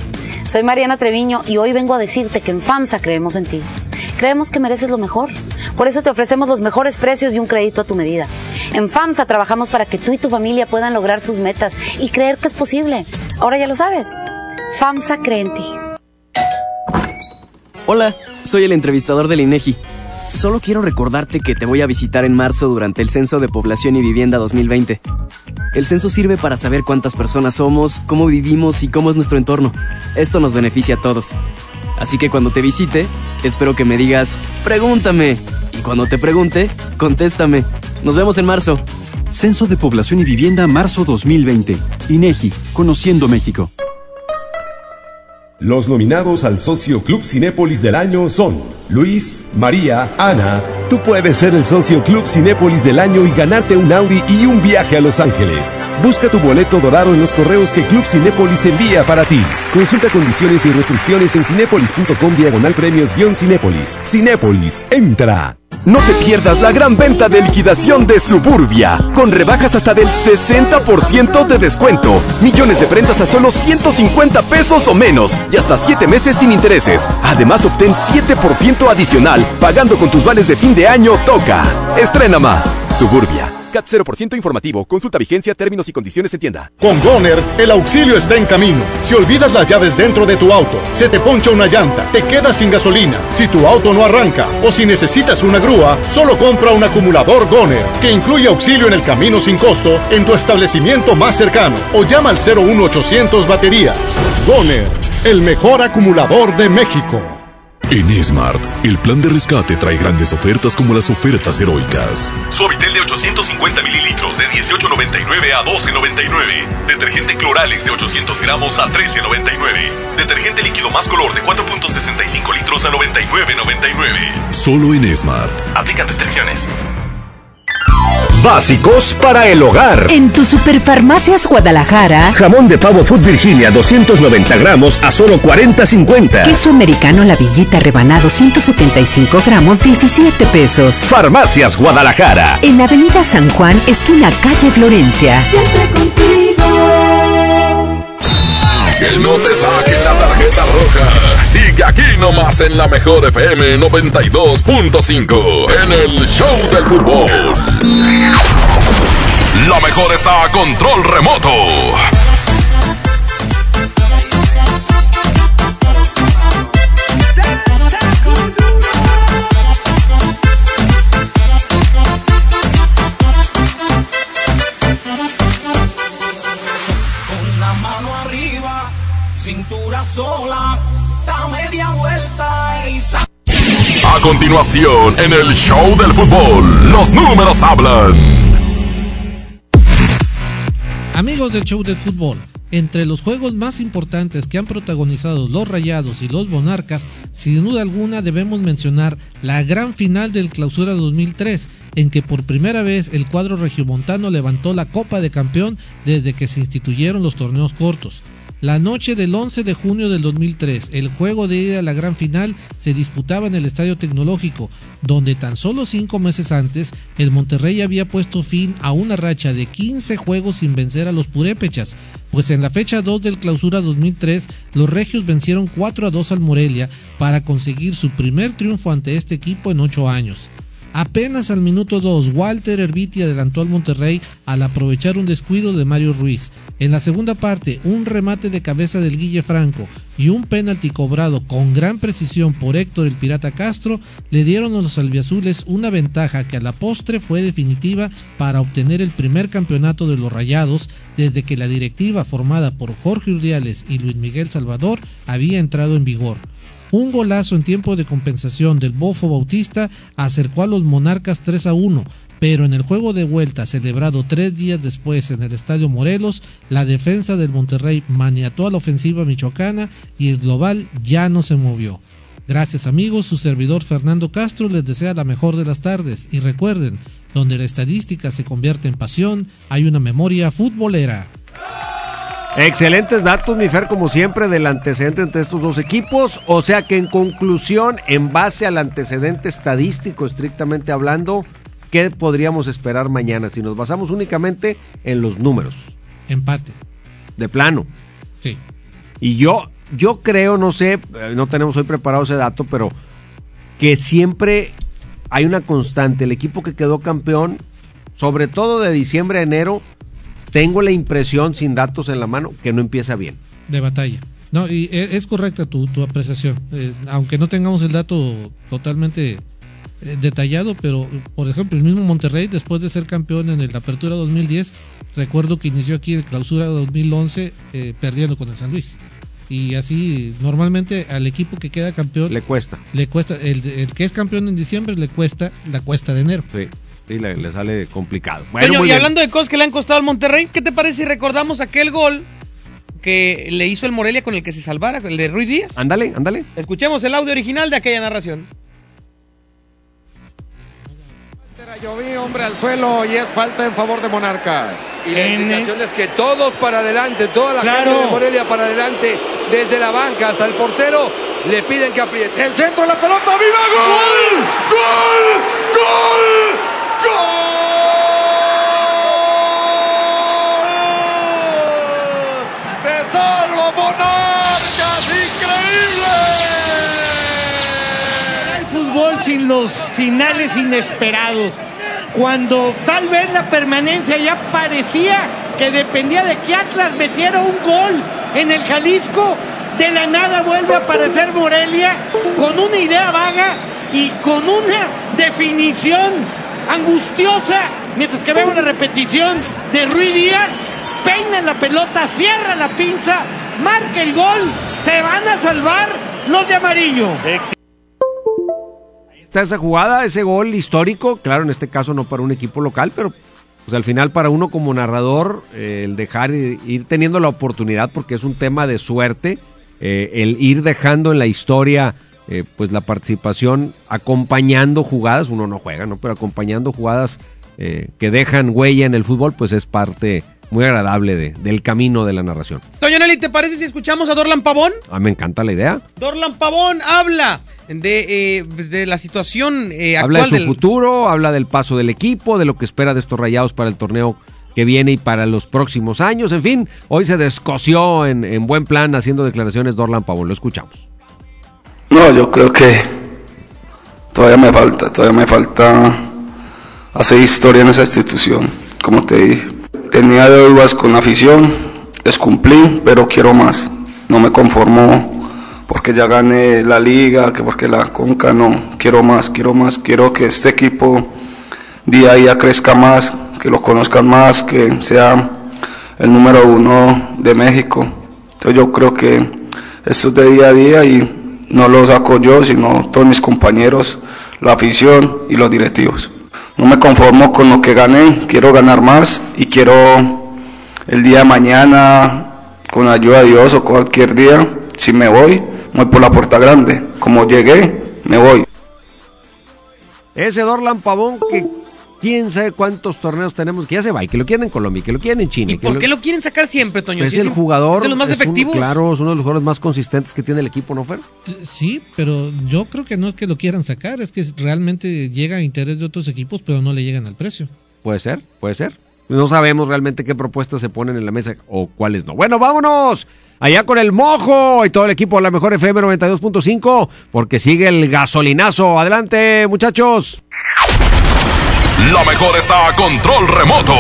Soy Mariana Treviño y hoy vengo a decirte que en FAMSA creemos en ti. Creemos que mereces lo mejor. Por eso te ofrecemos los mejores precios y un crédito a tu medida. En FAMSA trabajamos para que tú y tu familia puedan lograr sus metas y creer que es posible. Ahora ya lo sabes. FAMSA cree en ti. Hola, soy el entrevistador del INEGI. Solo quiero recordarte que te voy a visitar en marzo durante el Censo de Población y Vivienda 2020. El censo sirve para saber cuántas personas somos, cómo vivimos y cómo es nuestro entorno. Esto nos beneficia a todos. Así que cuando te visite, espero que me digas, pregúntame. Y cuando te pregunte, contéstame. Nos vemos en marzo. Censo de Población y Vivienda marzo 2020. INEGI, Conociendo México. Los nominados al Socio Club Cinépolis del año son Luis, María, Ana. Tú puedes ser el Socio Club Cinépolis del año y ganarte un Audi y un viaje a Los Ángeles. Busca tu boleto dorado en los correos que Club Cinépolis envía para ti. Consulta condiciones y restricciones en cinépolis.com/premios-cinépolis. Cinépolis, entra. No te pierdas la gran venta de liquidación de Suburbia, con rebajas hasta del 60% de descuento, millones de prendas a solo 150 pesos o menos, y hasta 7 meses sin intereses. Además, obtén 7% adicional, pagando con tus vales de fin de año Toca. Estrena más. Suburbia. CAT 0% informativo. Consulta vigencia, términos y condiciones en tienda. Con Goner, el auxilio está en camino. Si olvidas las llaves dentro de tu auto, se te poncha una llanta, te quedas sin gasolina, si tu auto no arranca o si necesitas una grúa, solo compra un acumulador Goner, que incluye auxilio en el camino sin costo en tu establecimiento más cercano, o llama al 01800 baterías. Goner, el mejor acumulador de México. En Esmart, el plan de rescate trae grandes ofertas como las ofertas heroicas. Suavitel de 850 mililitros de 18.99 a 12.99. Detergente Cloralex de 800 gramos a 13.99. Detergente líquido más color de 4.65 litros a 99.99. Solo en Esmart. Aplican restricciones. Básicos para el hogar. En tu Superfarmacias Guadalajara. Jamón de pavo Food Virginia 290 gramos a solo 40.50. Queso americano La Villita rebanado 175 gramos 17 pesos. Farmacias Guadalajara. En Avenida San Juan, esquina calle Florencia. Siempre contigo. Que no te saquen la tarjeta roja. Sigue aquí nomás en la mejor FM 92.5 en el Show del Fútbol. La mejor está a control remoto. Sola, da media vuelta y a continuación, en el Show del Fútbol, los números hablan. Amigos del Show del Fútbol, entre los juegos más importantes que han protagonizado los Rayados y los Monarcas, sin duda alguna debemos mencionar la gran final del Clausura 2003, en que por primera vez el cuadro regiomontano levantó la Copa de Campeón desde que se instituyeron los torneos cortos. La noche del 11 de junio del 2003, el juego de ida a la gran final se disputaba en el Estadio Tecnológico, donde tan solo 5 meses antes, el Monterrey había puesto fin a una racha de 15 juegos sin vencer a los purépechas, pues en la fecha 2 del Clausura 2003, los regios vencieron 4-2 al Morelia para conseguir su primer triunfo ante este equipo en 8 años. Apenas al minuto 2, Walter Erviti adelantó al Monterrey al aprovechar un descuido de Mario Ruiz. En la segunda parte, un remate de cabeza del Guille Franco y un penalti cobrado con gran precisión por Héctor el Pirata Castro le dieron a los albiazules una ventaja que a la postre fue definitiva para obtener el primer campeonato de los Rayados desde que la directiva formada por Jorge Urdiales y Luis Miguel Salvador había entrado en vigor. Un golazo en tiempo de compensación del Bofo Bautista acercó a los Monarcas 3-1, pero en el juego de vuelta celebrado 3 días después en el Estadio Morelos, la defensa del Monterrey maniató a la ofensiva michoacana y el global ya no se movió. Gracias amigos, su servidor Fernando Castro les desea la mejor de las tardes y recuerden, donde la estadística se convierte en pasión, hay una memoria futbolera. Excelentes datos, mi Fer, como siempre, del antecedente entre estos dos equipos. O sea que en conclusión, en base al antecedente estadístico, estrictamente hablando, ¿qué podríamos esperar mañana si nos basamos únicamente en los números? Empate. De plano. Sí. Y yo yo creo, no sé, no tenemos hoy preparado ese dato, pero que siempre hay una constante. El equipo que quedó campeón, sobre todo de diciembre a enero, tengo la impresión, sin datos en la mano, que no empieza bien. De batalla. No, y es correcta tu apreciación. Aunque no tengamos el dato totalmente detallado, pero por ejemplo, el mismo Monterrey, después de ser campeón en la Apertura 2010, recuerdo que inició aquí el Clausura 2011 perdiendo con el San Luis. Y así, normalmente al equipo que queda campeón le cuesta. El que es campeón en diciembre le cuesta la cuesta de enero. Sí, le sale complicado. Bueno, Toño, y hablando de cosas que le han costado al Monterrey, ¿qué te parece si recordamos aquel gol que le hizo el Morelia con el que se salvara, el de Ruiz Díaz? Ándale. Escuchemos el audio original de aquella narración. Lloví, hombre al suelo, y es falta en favor de Monarcas. Y la indicación es que todos para adelante, toda la gente de Morelia para adelante, desde la banca hasta el portero, le piden que apriete. El centro de la pelota, ¡viva! ¡Gol! ¡Gol! ¡Gol! ¡Gol! ¡Se salva Monarcas! ¡Increíble! El fútbol sin los finales inesperados. Cuando tal vez la permanencia ya parecía que dependía de que Atlas metiera un gol en el Jalisco, de la nada vuelve a aparecer Morelia con una idea vaga y con una definición angustiosa, mientras que vemos la repetición de Ruiz Díaz, peina la pelota, cierra la pinza, marca el gol, se van a salvar los de amarillo. Está esa jugada, ese gol histórico, claro, en este caso no para un equipo local, pero pues al final para uno como narrador, el dejar ir teniendo la oportunidad, porque es un tema de suerte, el ir dejando en la historia pues la participación, acompañando jugadas, uno no juega, ¿no? Pero acompañando jugadas que dejan huella en el fútbol, pues es parte muy agradable del camino de la narración. Toño Nelly, ¿te parece si escuchamos a Dorlan Pavón? Me encanta la idea. Dorlan Pavón habla de la situación actual. Habla de su futuro, habla del paso del equipo, de lo que espera de estos Rayados para el torneo que viene y para los próximos años. En fin, hoy se descoció en buen plan haciendo declaraciones Dorlan Pavón. Lo escuchamos. No, yo creo que todavía me falta hacer historia en esa institución, como te dije. Tenía deudas con la afición, les cumplí, pero quiero más. No me conformo porque ya gané la liga, que porque la Conca, no. Quiero más. Quiero que este equipo día a día crezca más, que lo conozcan más, que sea el número 1 de México. Entonces yo creo que esto es de día a día y no lo saco yo, sino todos mis compañeros, la afición y los directivos. No me conformo con lo que gané, quiero ganar más y quiero el día de mañana, con ayuda de Dios o cualquier día, si me voy por la puerta grande. Como llegué, me voy. Ese Dorlan Pavón que quién sabe cuántos torneos tenemos, que ya se va y que lo quieren en Colombia, que lo quieren en China. ¿Y por qué lo quieren sacar siempre, Toño? Es el jugador, es de los más efectivos. Claro, es uno de los jugadores más consistentes que tiene el equipo, ¿no, Fer? Sí, pero yo creo que no es que lo quieran sacar, es que realmente llega a interés de otros equipos, pero no le llegan al precio. Puede ser. No sabemos realmente qué propuestas se ponen en la mesa o cuáles no. Bueno, vámonos allá con el Mojo y todo el equipo de la mejor FM 92.5, porque sigue el gasolinazo. Adelante, muchachos. La mejor está a control remoto.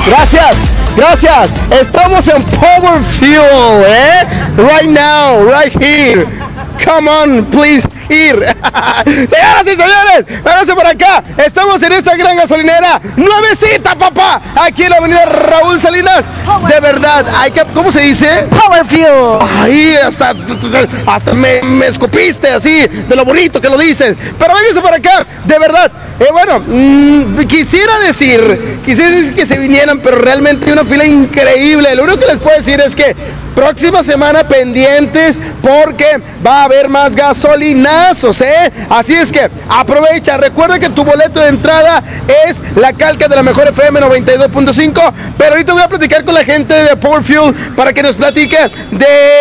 Gracias. Estamos en Power Fuel, right now, right here. Come on, please, here. Señoras y señores, véanse por acá. Estamos en esta gran gasolinera, nuevecita, papá, aquí en la avenida Raúl Salinas. De verdad, ¿cómo se dice? Power Fuel. Ay, hasta me escupiste así, de lo bonito que lo dices. Pero véanse por acá, de verdad. Quisiera decir que se vinieran, pero realmente hay una fila increíble. Lo único que les puedo decir es que próxima semana pendientes, porque va a haber más gasolinazos, Así es que aprovecha, recuerda que tu boleto de entrada es la calca de la mejor FM 92.5, pero ahorita voy a platicar con la gente de Power Fuel para que nos platique de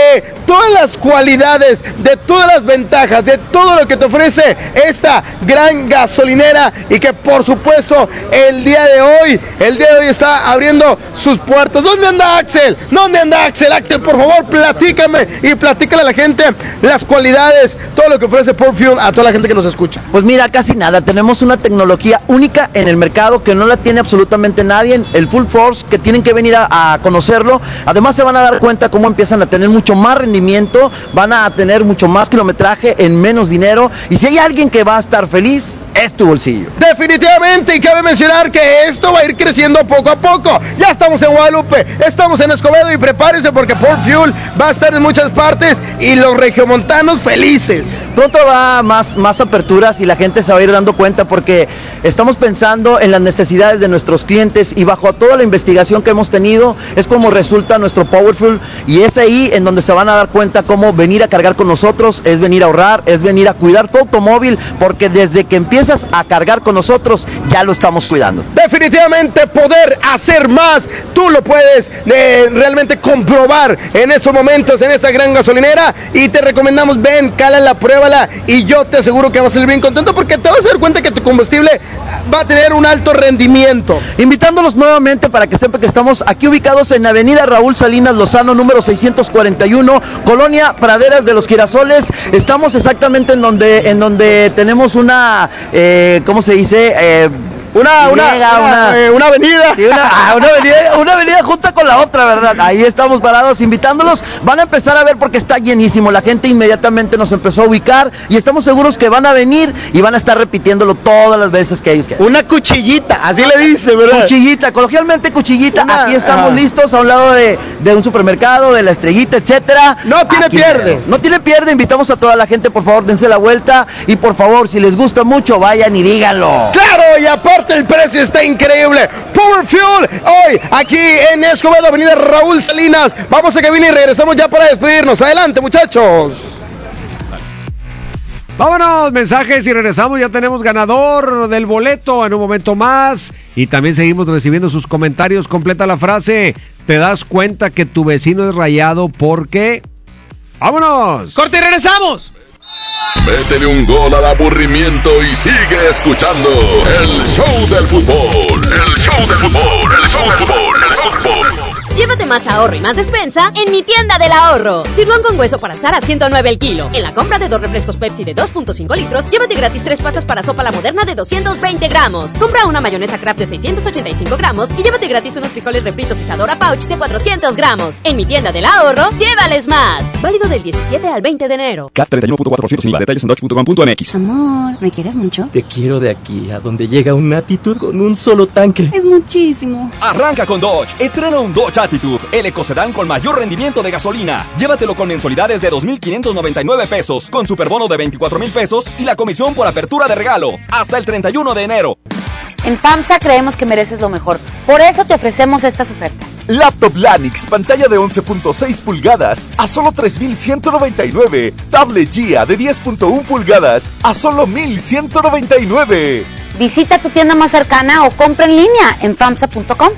todas las cualidades, de todas las ventajas, de todo lo que te ofrece esta gran gasolinera y que por supuesto el día de hoy está abriendo sus puertas. ¿Dónde anda Axel? ¿Dónde anda Axel? Axel, por favor, platícame y platícale a la gente las cualidades, todo lo que ofrece Power Fuel a toda la gente que nos escucha. Pues mira, casi nada, tenemos una tecnología única en el mercado que no la tiene absolutamente nadie, el Full Force, que tienen que venir a conocerlo. Además se van a dar cuenta cómo empiezan a tener mucho más rendimiento, van a tener mucho más kilometraje en menos dinero, y si hay alguien que va a estar feliz, es tu bolsillo. Definitivamente, y cabe mencionar que esto va a ir creciendo poco a poco. Ya estamos en Guadalupe, estamos en Escobedo, y prepárense porque Power Fuel va a estar en muchas partes y los regiomontanos felices. Pronto va más aperturas y la gente se va a ir dando cuenta porque estamos pensando en las necesidades de nuestros clientes, y bajo toda la investigación que hemos tenido es como resulta nuestro Power Fuel, y es ahí en donde se van a dar cuenta cómo venir a cargar con nosotros es venir a ahorrar, es venir a cuidar tu automóvil, porque desde que empiezas a cargar con nosotros ya lo estamos cuidando. Definitivamente poder hacer más, tú lo puedes realmente comprobar en estos momentos en esta gran gasolinera, y te recomendamos, ven, cálala, pruébala, y yo te aseguro que vas a salir bien contento porque te vas a dar cuenta que tu combustible va a tener un alto rendimiento. Invitándolos nuevamente para que sepan que estamos aquí ubicados en Avenida Raúl Salinas Lozano, número 641, Colonia Praderas de los Girasoles. Estamos exactamente en donde tenemos una, ¿cómo se dice? Una avenida. Sí, una avenida junta con la otra, ¿verdad? Ahí estamos parados invitándolos. Van a empezar a ver porque está llenísimo. La gente inmediatamente nos empezó a ubicar y estamos seguros que van a venir y van a estar repitiéndolo todas las veces que ellos quieran. Una cuchillita, así le dice, ¿verdad? Cuchillita, coloquialmente cuchillita. Aquí estamos listos a un lado de un supermercado, de la Estrellita, etcétera. No tiene pierde. No tiene pierde. Invitamos a toda la gente, por favor, dense la vuelta y por favor, si les gusta mucho, vayan y díganlo. ¡Claro! Y aparte el precio está increíble. Power Fuel, hoy aquí en Escobedo, Avenida Raúl Salinas. Vamos a cabina y regresamos ya para despedirnos. Adelante, muchachos. Vámonos, mensajes y regresamos. Ya tenemos ganador del boleto en un momento más. Y también seguimos recibiendo sus comentarios. Completa la frase. ¿Te das cuenta que tu vecino es rayado porque...? ¡Vámonos! ¡Corte y regresamos! Métele un gol al aburrimiento y sigue escuchando el show del fútbol. El show del fútbol, el show del fútbol, el show del fútbol. Llévate más ahorro y más despensa en mi tienda del ahorro. Sirloin con hueso para asar a 109 el kilo. En la compra de 2 refrescos Pepsi de 2.5 litros, llévate gratis 3 pastas para sopa La Moderna de 220 gramos. Compra una mayonesa Kraft de 685 gramos y llévate gratis unos frijoles refritos Isadora Pouch de 400 gramos. En mi tienda del ahorro, llévales más. Válido del 17 al 20 de enero. CAT 31.4% sin IVA. Detalles en dodge.com.mx. Amor, ¿me quieres mucho? Te quiero de aquí a donde llega una Attitude con un solo tanque. Es muchísimo. Arranca con Dodge. Estrena un Dodge Attitude, el ecocedán con mayor rendimiento de gasolina. Llévatelo con mensualidades de 2,599 pesos, con superbono de 24,000 pesos y la comisión por apertura de regalo. Hasta el 31 de enero. En FAMSA creemos que mereces lo mejor. Por eso te ofrecemos estas ofertas. Laptop Lanix, pantalla de 11.6 pulgadas a solo 3,199. Tablet Gia de 10.1 pulgadas a solo 1,199. Visita tu tienda más cercana o compra en línea en famsa.com.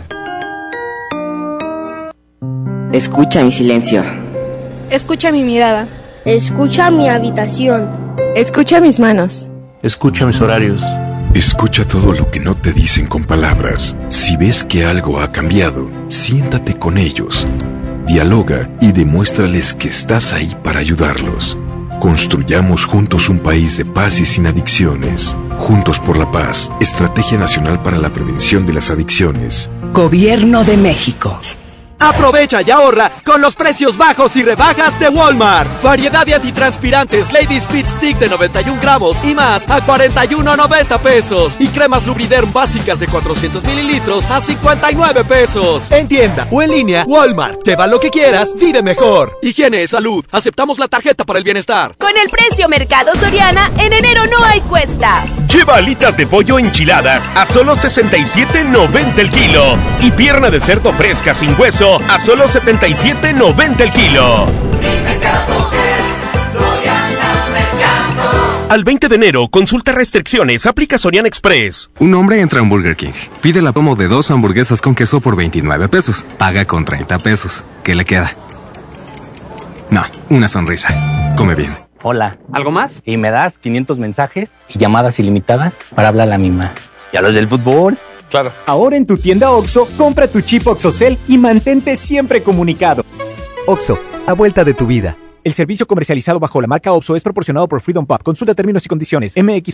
Escucha mi silencio. Escucha mi mirada. Escucha mi habitación. Escucha mis manos. Escucha mis horarios. Escucha todo lo que no te dicen con palabras. Si ves que algo ha cambiado, siéntate con ellos. Dialoga y demuéstrales que estás ahí para ayudarlos. Construyamos juntos un país de paz y sin adicciones. Juntos por la paz, Estrategia Nacional para la Prevención de las Adicciones. Gobierno de México. Aprovecha y ahorra con los precios bajos y rebajas de Walmart. Variedad de antitranspirantes Lady Speed Stick de 91 gramos y más a 41.90 pesos. Y cremas Lubriderm básicas de 400 mililitros a 59 pesos. En tienda o en línea, Walmart. Lleva lo que quieras, vive mejor. Higiene, salud. Aceptamos la tarjeta para el bienestar. Con el precio Mercado Soriana, en enero no hay cuesta. Lleva alitas de pollo enchiladas a solo 67.90 el kilo. Y pierna de cerdo fresca sin hueso a solo 77.90 el kilo. Mi mercado es Soriana Mercado. Al 20 de enero, consulta restricciones, aplica Soriana Express. Un hombre entra a un Burger King, pide la promo de 2 hamburguesas con queso por 29 pesos, paga con 30 pesos. ¿Qué le queda? No, una sonrisa. Come bien. Hola. ¿Algo más? Y me das 500 mensajes y llamadas ilimitadas para hablar a la misma. ¿Y a los del fútbol? Claro. Ahora en tu tienda OXXO, compra tu chip OXXOCEL y mantente siempre comunicado. OXXO, a vuelta de tu vida. El servicio comercializado bajo la marca OXXO es proporcionado por Freedom Pop. Consulta términos y condiciones.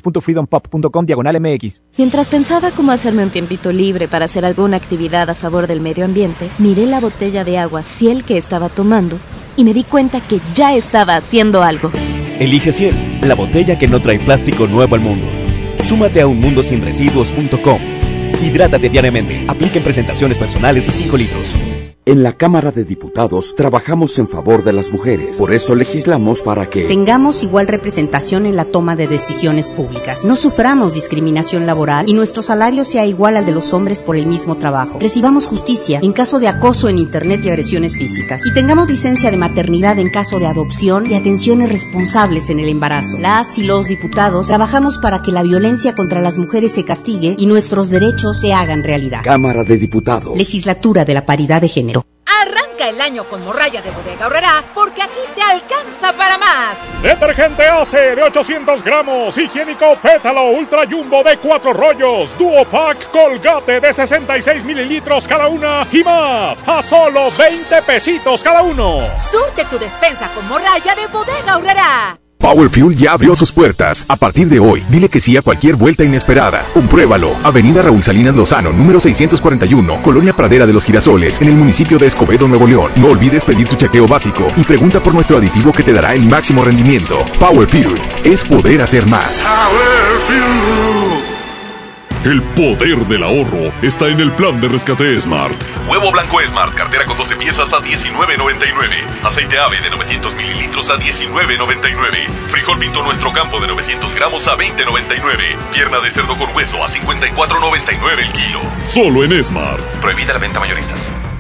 mx.freedompop.com/MX. Mientras pensaba cómo hacerme un tiempito libre para hacer alguna actividad a favor del medio ambiente, miré la botella de agua Ciel que estaba tomando y me di cuenta que ya estaba haciendo algo. Elige Ciel, la botella que no trae plástico nuevo al mundo. Súmate a unmundosinresiduos.com. Hidrátate diariamente. Aplica en presentaciones personales y 5 litros. En la Cámara de Diputados trabajamos en favor de las mujeres. Por eso legislamos para que tengamos igual representación en la toma de decisiones públicas, no suframos discriminación laboral y nuestro salario sea igual al de los hombres por el mismo trabajo. Recibamos justicia en caso de acoso en internet y agresiones físicas. Y tengamos licencia de maternidad en caso de adopción y atenciones responsables en el embarazo. Las y los diputados trabajamos para que la violencia contra las mujeres se castigue y nuestros derechos se hagan realidad. Cámara de Diputados. Legislatura de la Paridad de Género. Arranca el año con morralla de Bodega Aurrerá porque aquí te alcanza para más. Detergente Ace de 800 gramos, higiénico Pétalo Ultra Jumbo de 4 rollos, Duo Pack Colgate de 66 mililitros cada una y más, a solo 20 pesitos cada uno. Surte tu despensa con morralla de Bodega Aurrerá. Power Fuel ya abrió sus puertas. A partir de hoy, dile que sí a cualquier vuelta inesperada. Compruébalo. Avenida Raúl Salinas Lozano, número 641, Colonia Pradera de los Girasoles, en el municipio de Escobedo, Nuevo León. No olvides pedir tu chequeo básico y pregunta por nuestro aditivo que te dará el máximo rendimiento. Power Fuel es poder hacer más. Power Fuel. El poder del ahorro está en el plan de rescate Smart. Huevo blanco Smart, cartera con 12 piezas a $19.99. Aceite ave de 900 mililitros a $19.99. Frijol Pinto Nuestro Campo de 900 gramos a $20.99. Pierna de cerdo con hueso a $54.99 el kilo. Solo en Smart. Prohibida la venta mayoristas.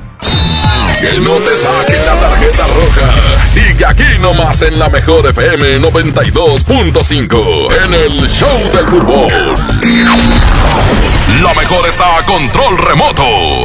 Que no te saquen la tarjeta roja. Sigue aquí nomás en la mejor FM 92.5 en el Show del Fútbol. La mejor está a control remoto.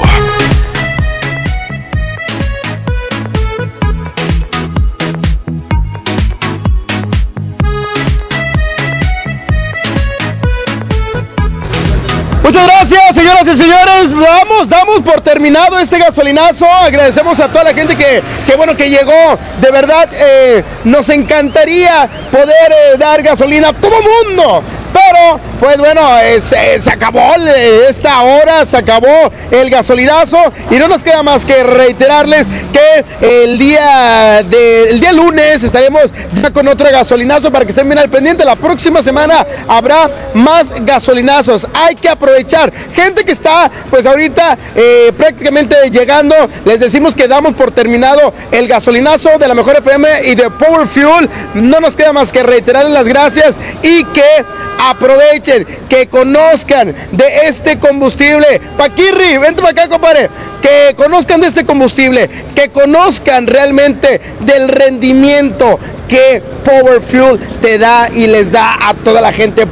Muchas gracias, señoras y señores. Damos por terminado este gasolinazo. Agradecemos a toda la gente que llegó. De verdad, nos encantaría poder dar gasolina a todo mundo. Pero, pues bueno, se acabó esta hora, se acabó el gasolinazo y no nos queda más que reiterarles que el día lunes estaremos ya con otro gasolinazo para que estén bien al pendiente. La próxima semana habrá más gasolinazos. Hay que aprovechar. Gente que está, pues ahorita prácticamente llegando, les decimos que damos por terminado el gasolinazo de la Mejor FM y de Power Fuel. No nos queda más que reiterarles las gracias y que aprovechen, que conozcan de este combustible. Paquirri, vente para acá, compadre. Que conozcan de este combustible, que conozcan realmente del rendimiento que Power Fuel te da y les da a toda la gente.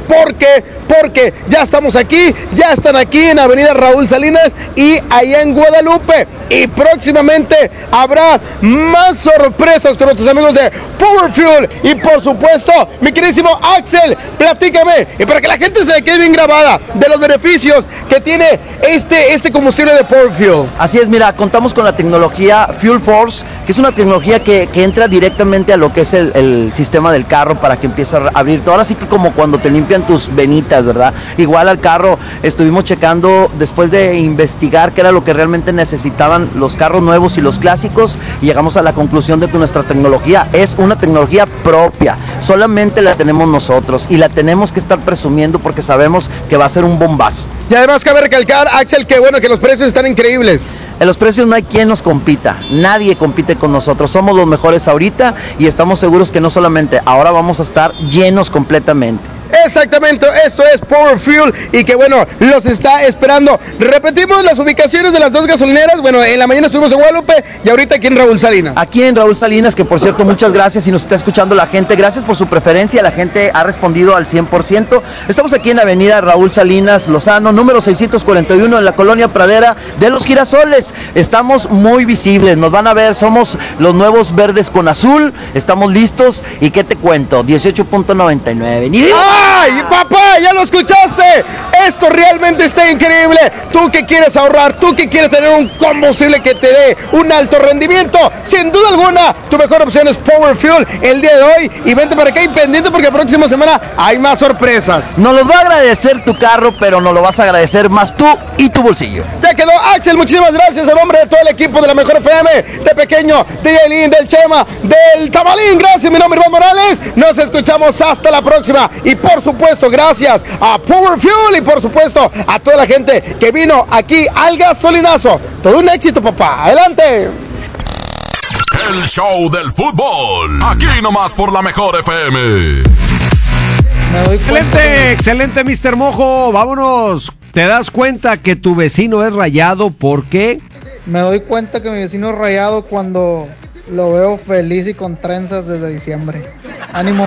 Porque ya estamos aquí, ya están aquí en Avenida Raúl Salinas y allá en Guadalupe. Y próximamente habrá más sorpresas con nuestros amigos de Power Fuel. Y por supuesto, mi queridísimo Axel, platícame, y para que la gente se quede bien grabada, de los beneficios que tiene este combustible de Power Fuel. Así es, mira, contamos con la tecnología Fuel Force, que es una tecnología que entra directamente a lo que es el sistema del carro para que empiece a abrir todo. Ahora sí que como cuando te limpian tus venitas, ¿verdad? Igual al carro estuvimos checando después de investigar qué era lo que realmente necesitaban los carros nuevos y los clásicos, y llegamos a la conclusión de que nuestra tecnología es una tecnología propia, solamente la tenemos nosotros y la tenemos que estar presumiendo porque sabemos que va a ser un bombazo. Y además cabe recalcar, Axel, que bueno, que los precios están increíbles. En los precios no hay quien nos compita, nadie compite con nosotros, somos los mejores ahorita y estamos seguros que no solamente ahora vamos a estar llenos completamente. Exactamente, esto es Power Fuel y que bueno, los está esperando. Repetimos las ubicaciones de las dos gasolineras. Bueno, en la mañana estuvimos en Guadalupe y ahorita aquí en Raúl Salinas. Aquí en Raúl Salinas, que por cierto, muchas gracias y nos está escuchando la gente. Gracias por su preferencia, la gente ha respondido al 100%. Estamos aquí en la avenida Raúl Salinas Lozano, número 641 en la colonia Pradera de los Girasoles. Estamos muy visibles, nos van a ver, somos los nuevos verdes con azul. Estamos listos y ¿qué te cuento? 18.99. ¡Ay, papá! ¡Ya lo escuchaste! Esto realmente está increíble. Tú que quieres ahorrar, tú que quieres tener un combustible que te dé un alto rendimiento, sin duda alguna, tu mejor opción es Power Fuel el día de hoy. Y vente para acá y pendiente porque la próxima semana hay más sorpresas. Nos los va a agradecer tu carro, pero nos lo vas a agradecer más tú y tu bolsillo. Ya quedó, Axel, muchísimas gracias en nombre de todo el equipo de la Mejor FM, de Pequeño, de Yailin, del Chema, del Tamalín. Gracias, mi nombre es Iván Morales. Nos escuchamos hasta la próxima. Y por supuesto, gracias a Power Fuel y por supuesto a toda la gente que vino aquí al gasolinazo. Todo un éxito, papá. Adelante. El show del fútbol. Aquí nomás por la Mejor FM. Excelente, Mr. Mojo. Vámonos. ¿Te das cuenta que tu vecino es rayado? ¿Por qué? Me doy cuenta que mi vecino es rayado cuando lo veo feliz y con trenzas desde diciembre. Ánimo.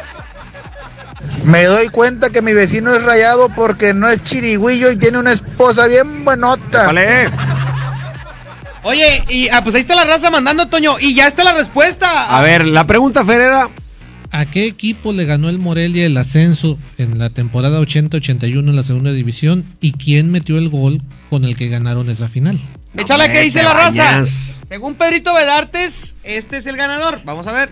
Me doy cuenta que mi vecino es rayado porque no es chirigüillo y tiene una esposa bien buenota. Vale. Oye, y pues ahí está la raza mandando, Toño, y ya está la respuesta. A ver, la pregunta, Fer, era... ¿A qué equipo le ganó el Morelia el ascenso en la temporada 80-81 en la segunda división? ¿Y quién metió el gol con el que ganaron esa final? Échale que dice la raza. Según Pedrito Vedartes, este es el ganador. Vamos a ver.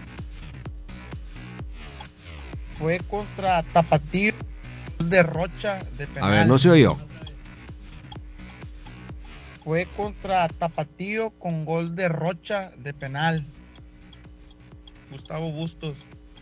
Fue contra Tapatío de Rocha de penal. A ver, no se oyó. Fue contra Tapatío con gol de Rocha de penal. Gustavo Bustos.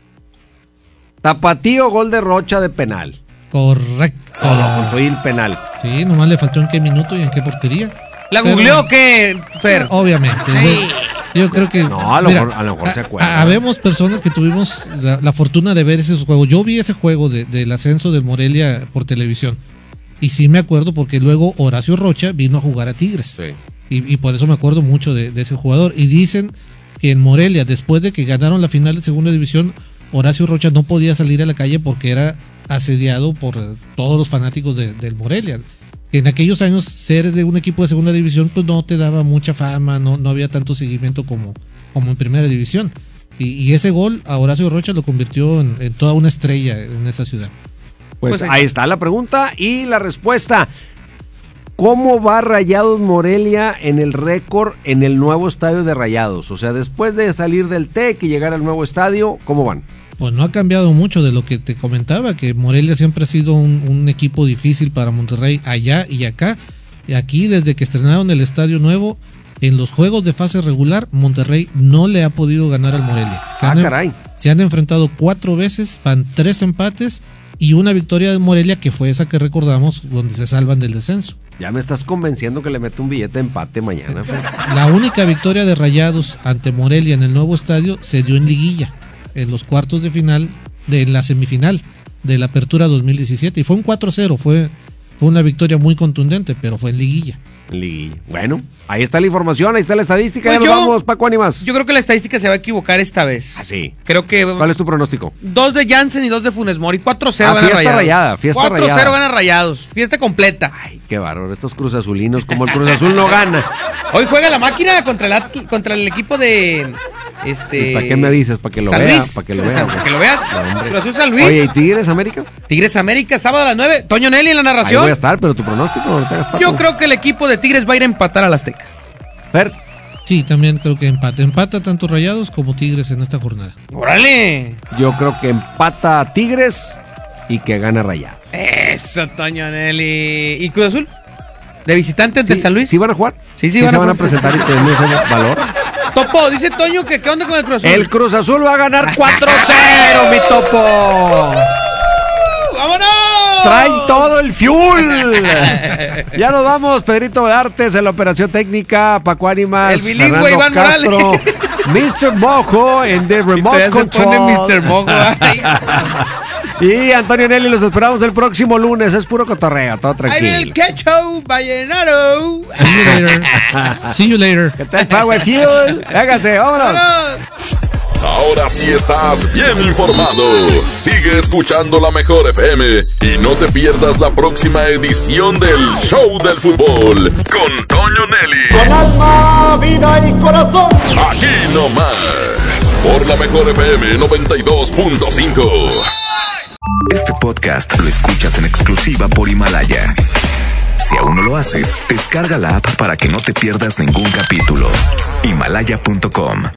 Tapatío, gol de Rocha de penal. Correcto. Fue el penal. Sí, nomás le faltó en qué minuto y en qué portería. ¿La googleó o qué, Fer? Obviamente. Yo creo que... No, a lo mejor se acuerda. Habemos personas que tuvimos la fortuna de ver ese juego. Yo vi ese juego del ascenso del Morelia por televisión. Y sí me acuerdo porque luego Horacio Rocha vino a jugar a Tigres. Sí. Y por eso me acuerdo mucho de ese jugador. Y dicen que en Morelia, después de que ganaron la final de segunda división, Horacio Rocha no podía salir a la calle porque era asediado por todos los fanáticos del Morelia. En aquellos años ser de un equipo de segunda división pues no te daba mucha fama, no había tanto seguimiento como en primera división. Y ese gol a Horacio Rocha lo convirtió en toda una estrella en esa ciudad. Pues ahí está la pregunta y la respuesta. ¿Cómo va Rayados Morelia en el récord en el nuevo estadio de Rayados? O sea, después de salir del TEC y llegar al nuevo estadio, ¿cómo van? Pues no ha cambiado mucho de lo que te comentaba, que Morelia siempre ha sido un equipo difícil para Monterrey allá y acá. Y aquí, desde que estrenaron el estadio nuevo, en los juegos de fase regular, Monterrey no le ha podido ganar al Morelia. Caray. Se han enfrentado 4 veces, van 3 empates y una victoria de Morelia, que fue esa que recordamos, donde se salvan del descenso. Ya me estás convenciendo que le meto un billete de empate mañana. La única victoria de Rayados ante Morelia en el nuevo estadio se dio en liguilla, en los cuartos de final, de la semifinal de la Apertura 2017, y fue un 4-0, fue una victoria muy contundente, pero fue en liguilla. Bueno, ahí está la información, ahí está la estadística. Pues ya nos vamos, Paco Ánimas. Yo creo que la estadística se va a equivocar esta vez. Sí. Creo que... ¿Cuál es tu pronóstico? 2 de Jansen y 2 de Funes Mori, 4-0 gana fiesta Rayados. Fiesta 4-0 gana Rayados, fiesta completa. Ay, qué bárbaro, estos Cruz Azulinos, como el Cruz Azul no gana. Hoy juega la máquina contra el equipo de... ¿Para qué me dices? ¿Para que lo veas? ¿Para que lo veas? ¿Para que lo veas? Cruz Azul San Luis. Oye, ¿y Tigres América? Tigres América, sábado a las 9. Toño Nelly en la narración. Ahí voy a estar, pero tu pronóstico no te hagas pato. Yo creo que el equipo de Tigres va a ir a empatar al Azteca. Fer. Sí, también creo que empata tanto Rayados como Tigres en esta jornada. ¡Órale! Yo creo que empata a Tigres y que gana Rayados. Eso, Toño Nelly. ¿Y Cruz Azul? ¿De visitante ante el San Luis? ¿Sí van a jugar? Sí, van a presentar y tener ese valor. Topo, dice Toño que ¿qué onda con el Cruz Azul? El Cruz Azul va a ganar 4-0, mi Topo. ¡Vámonos! Traen todo el fuel. Ya nos vamos, Pedrito Artes en la operación técnica, Paco Ánimas, el bilingüe Fernando Iván Castro, Morales, Mr. Mojo en the remote control. Se pone Mr. Mojo. Y Antonio Nelly, los esperamos el próximo lunes. Es puro cotorreo, todo tranquilo. Ahí viene el Quecho Vallenaro. See you later. ¿Qué tal, Power Fuel? Hágase, vámonos. Ahora sí estás bien informado. Sigue escuchando la Mejor FM y no te pierdas la próxima edición del Show del Fútbol con Toño Nelly. Con alma, vida y corazón. Aquí nomás, por la Mejor FM 92.5. Este podcast lo escuchas en exclusiva por Himalaya. Si aún no lo haces, descarga la app para que no te pierdas ningún capítulo. Himalaya.com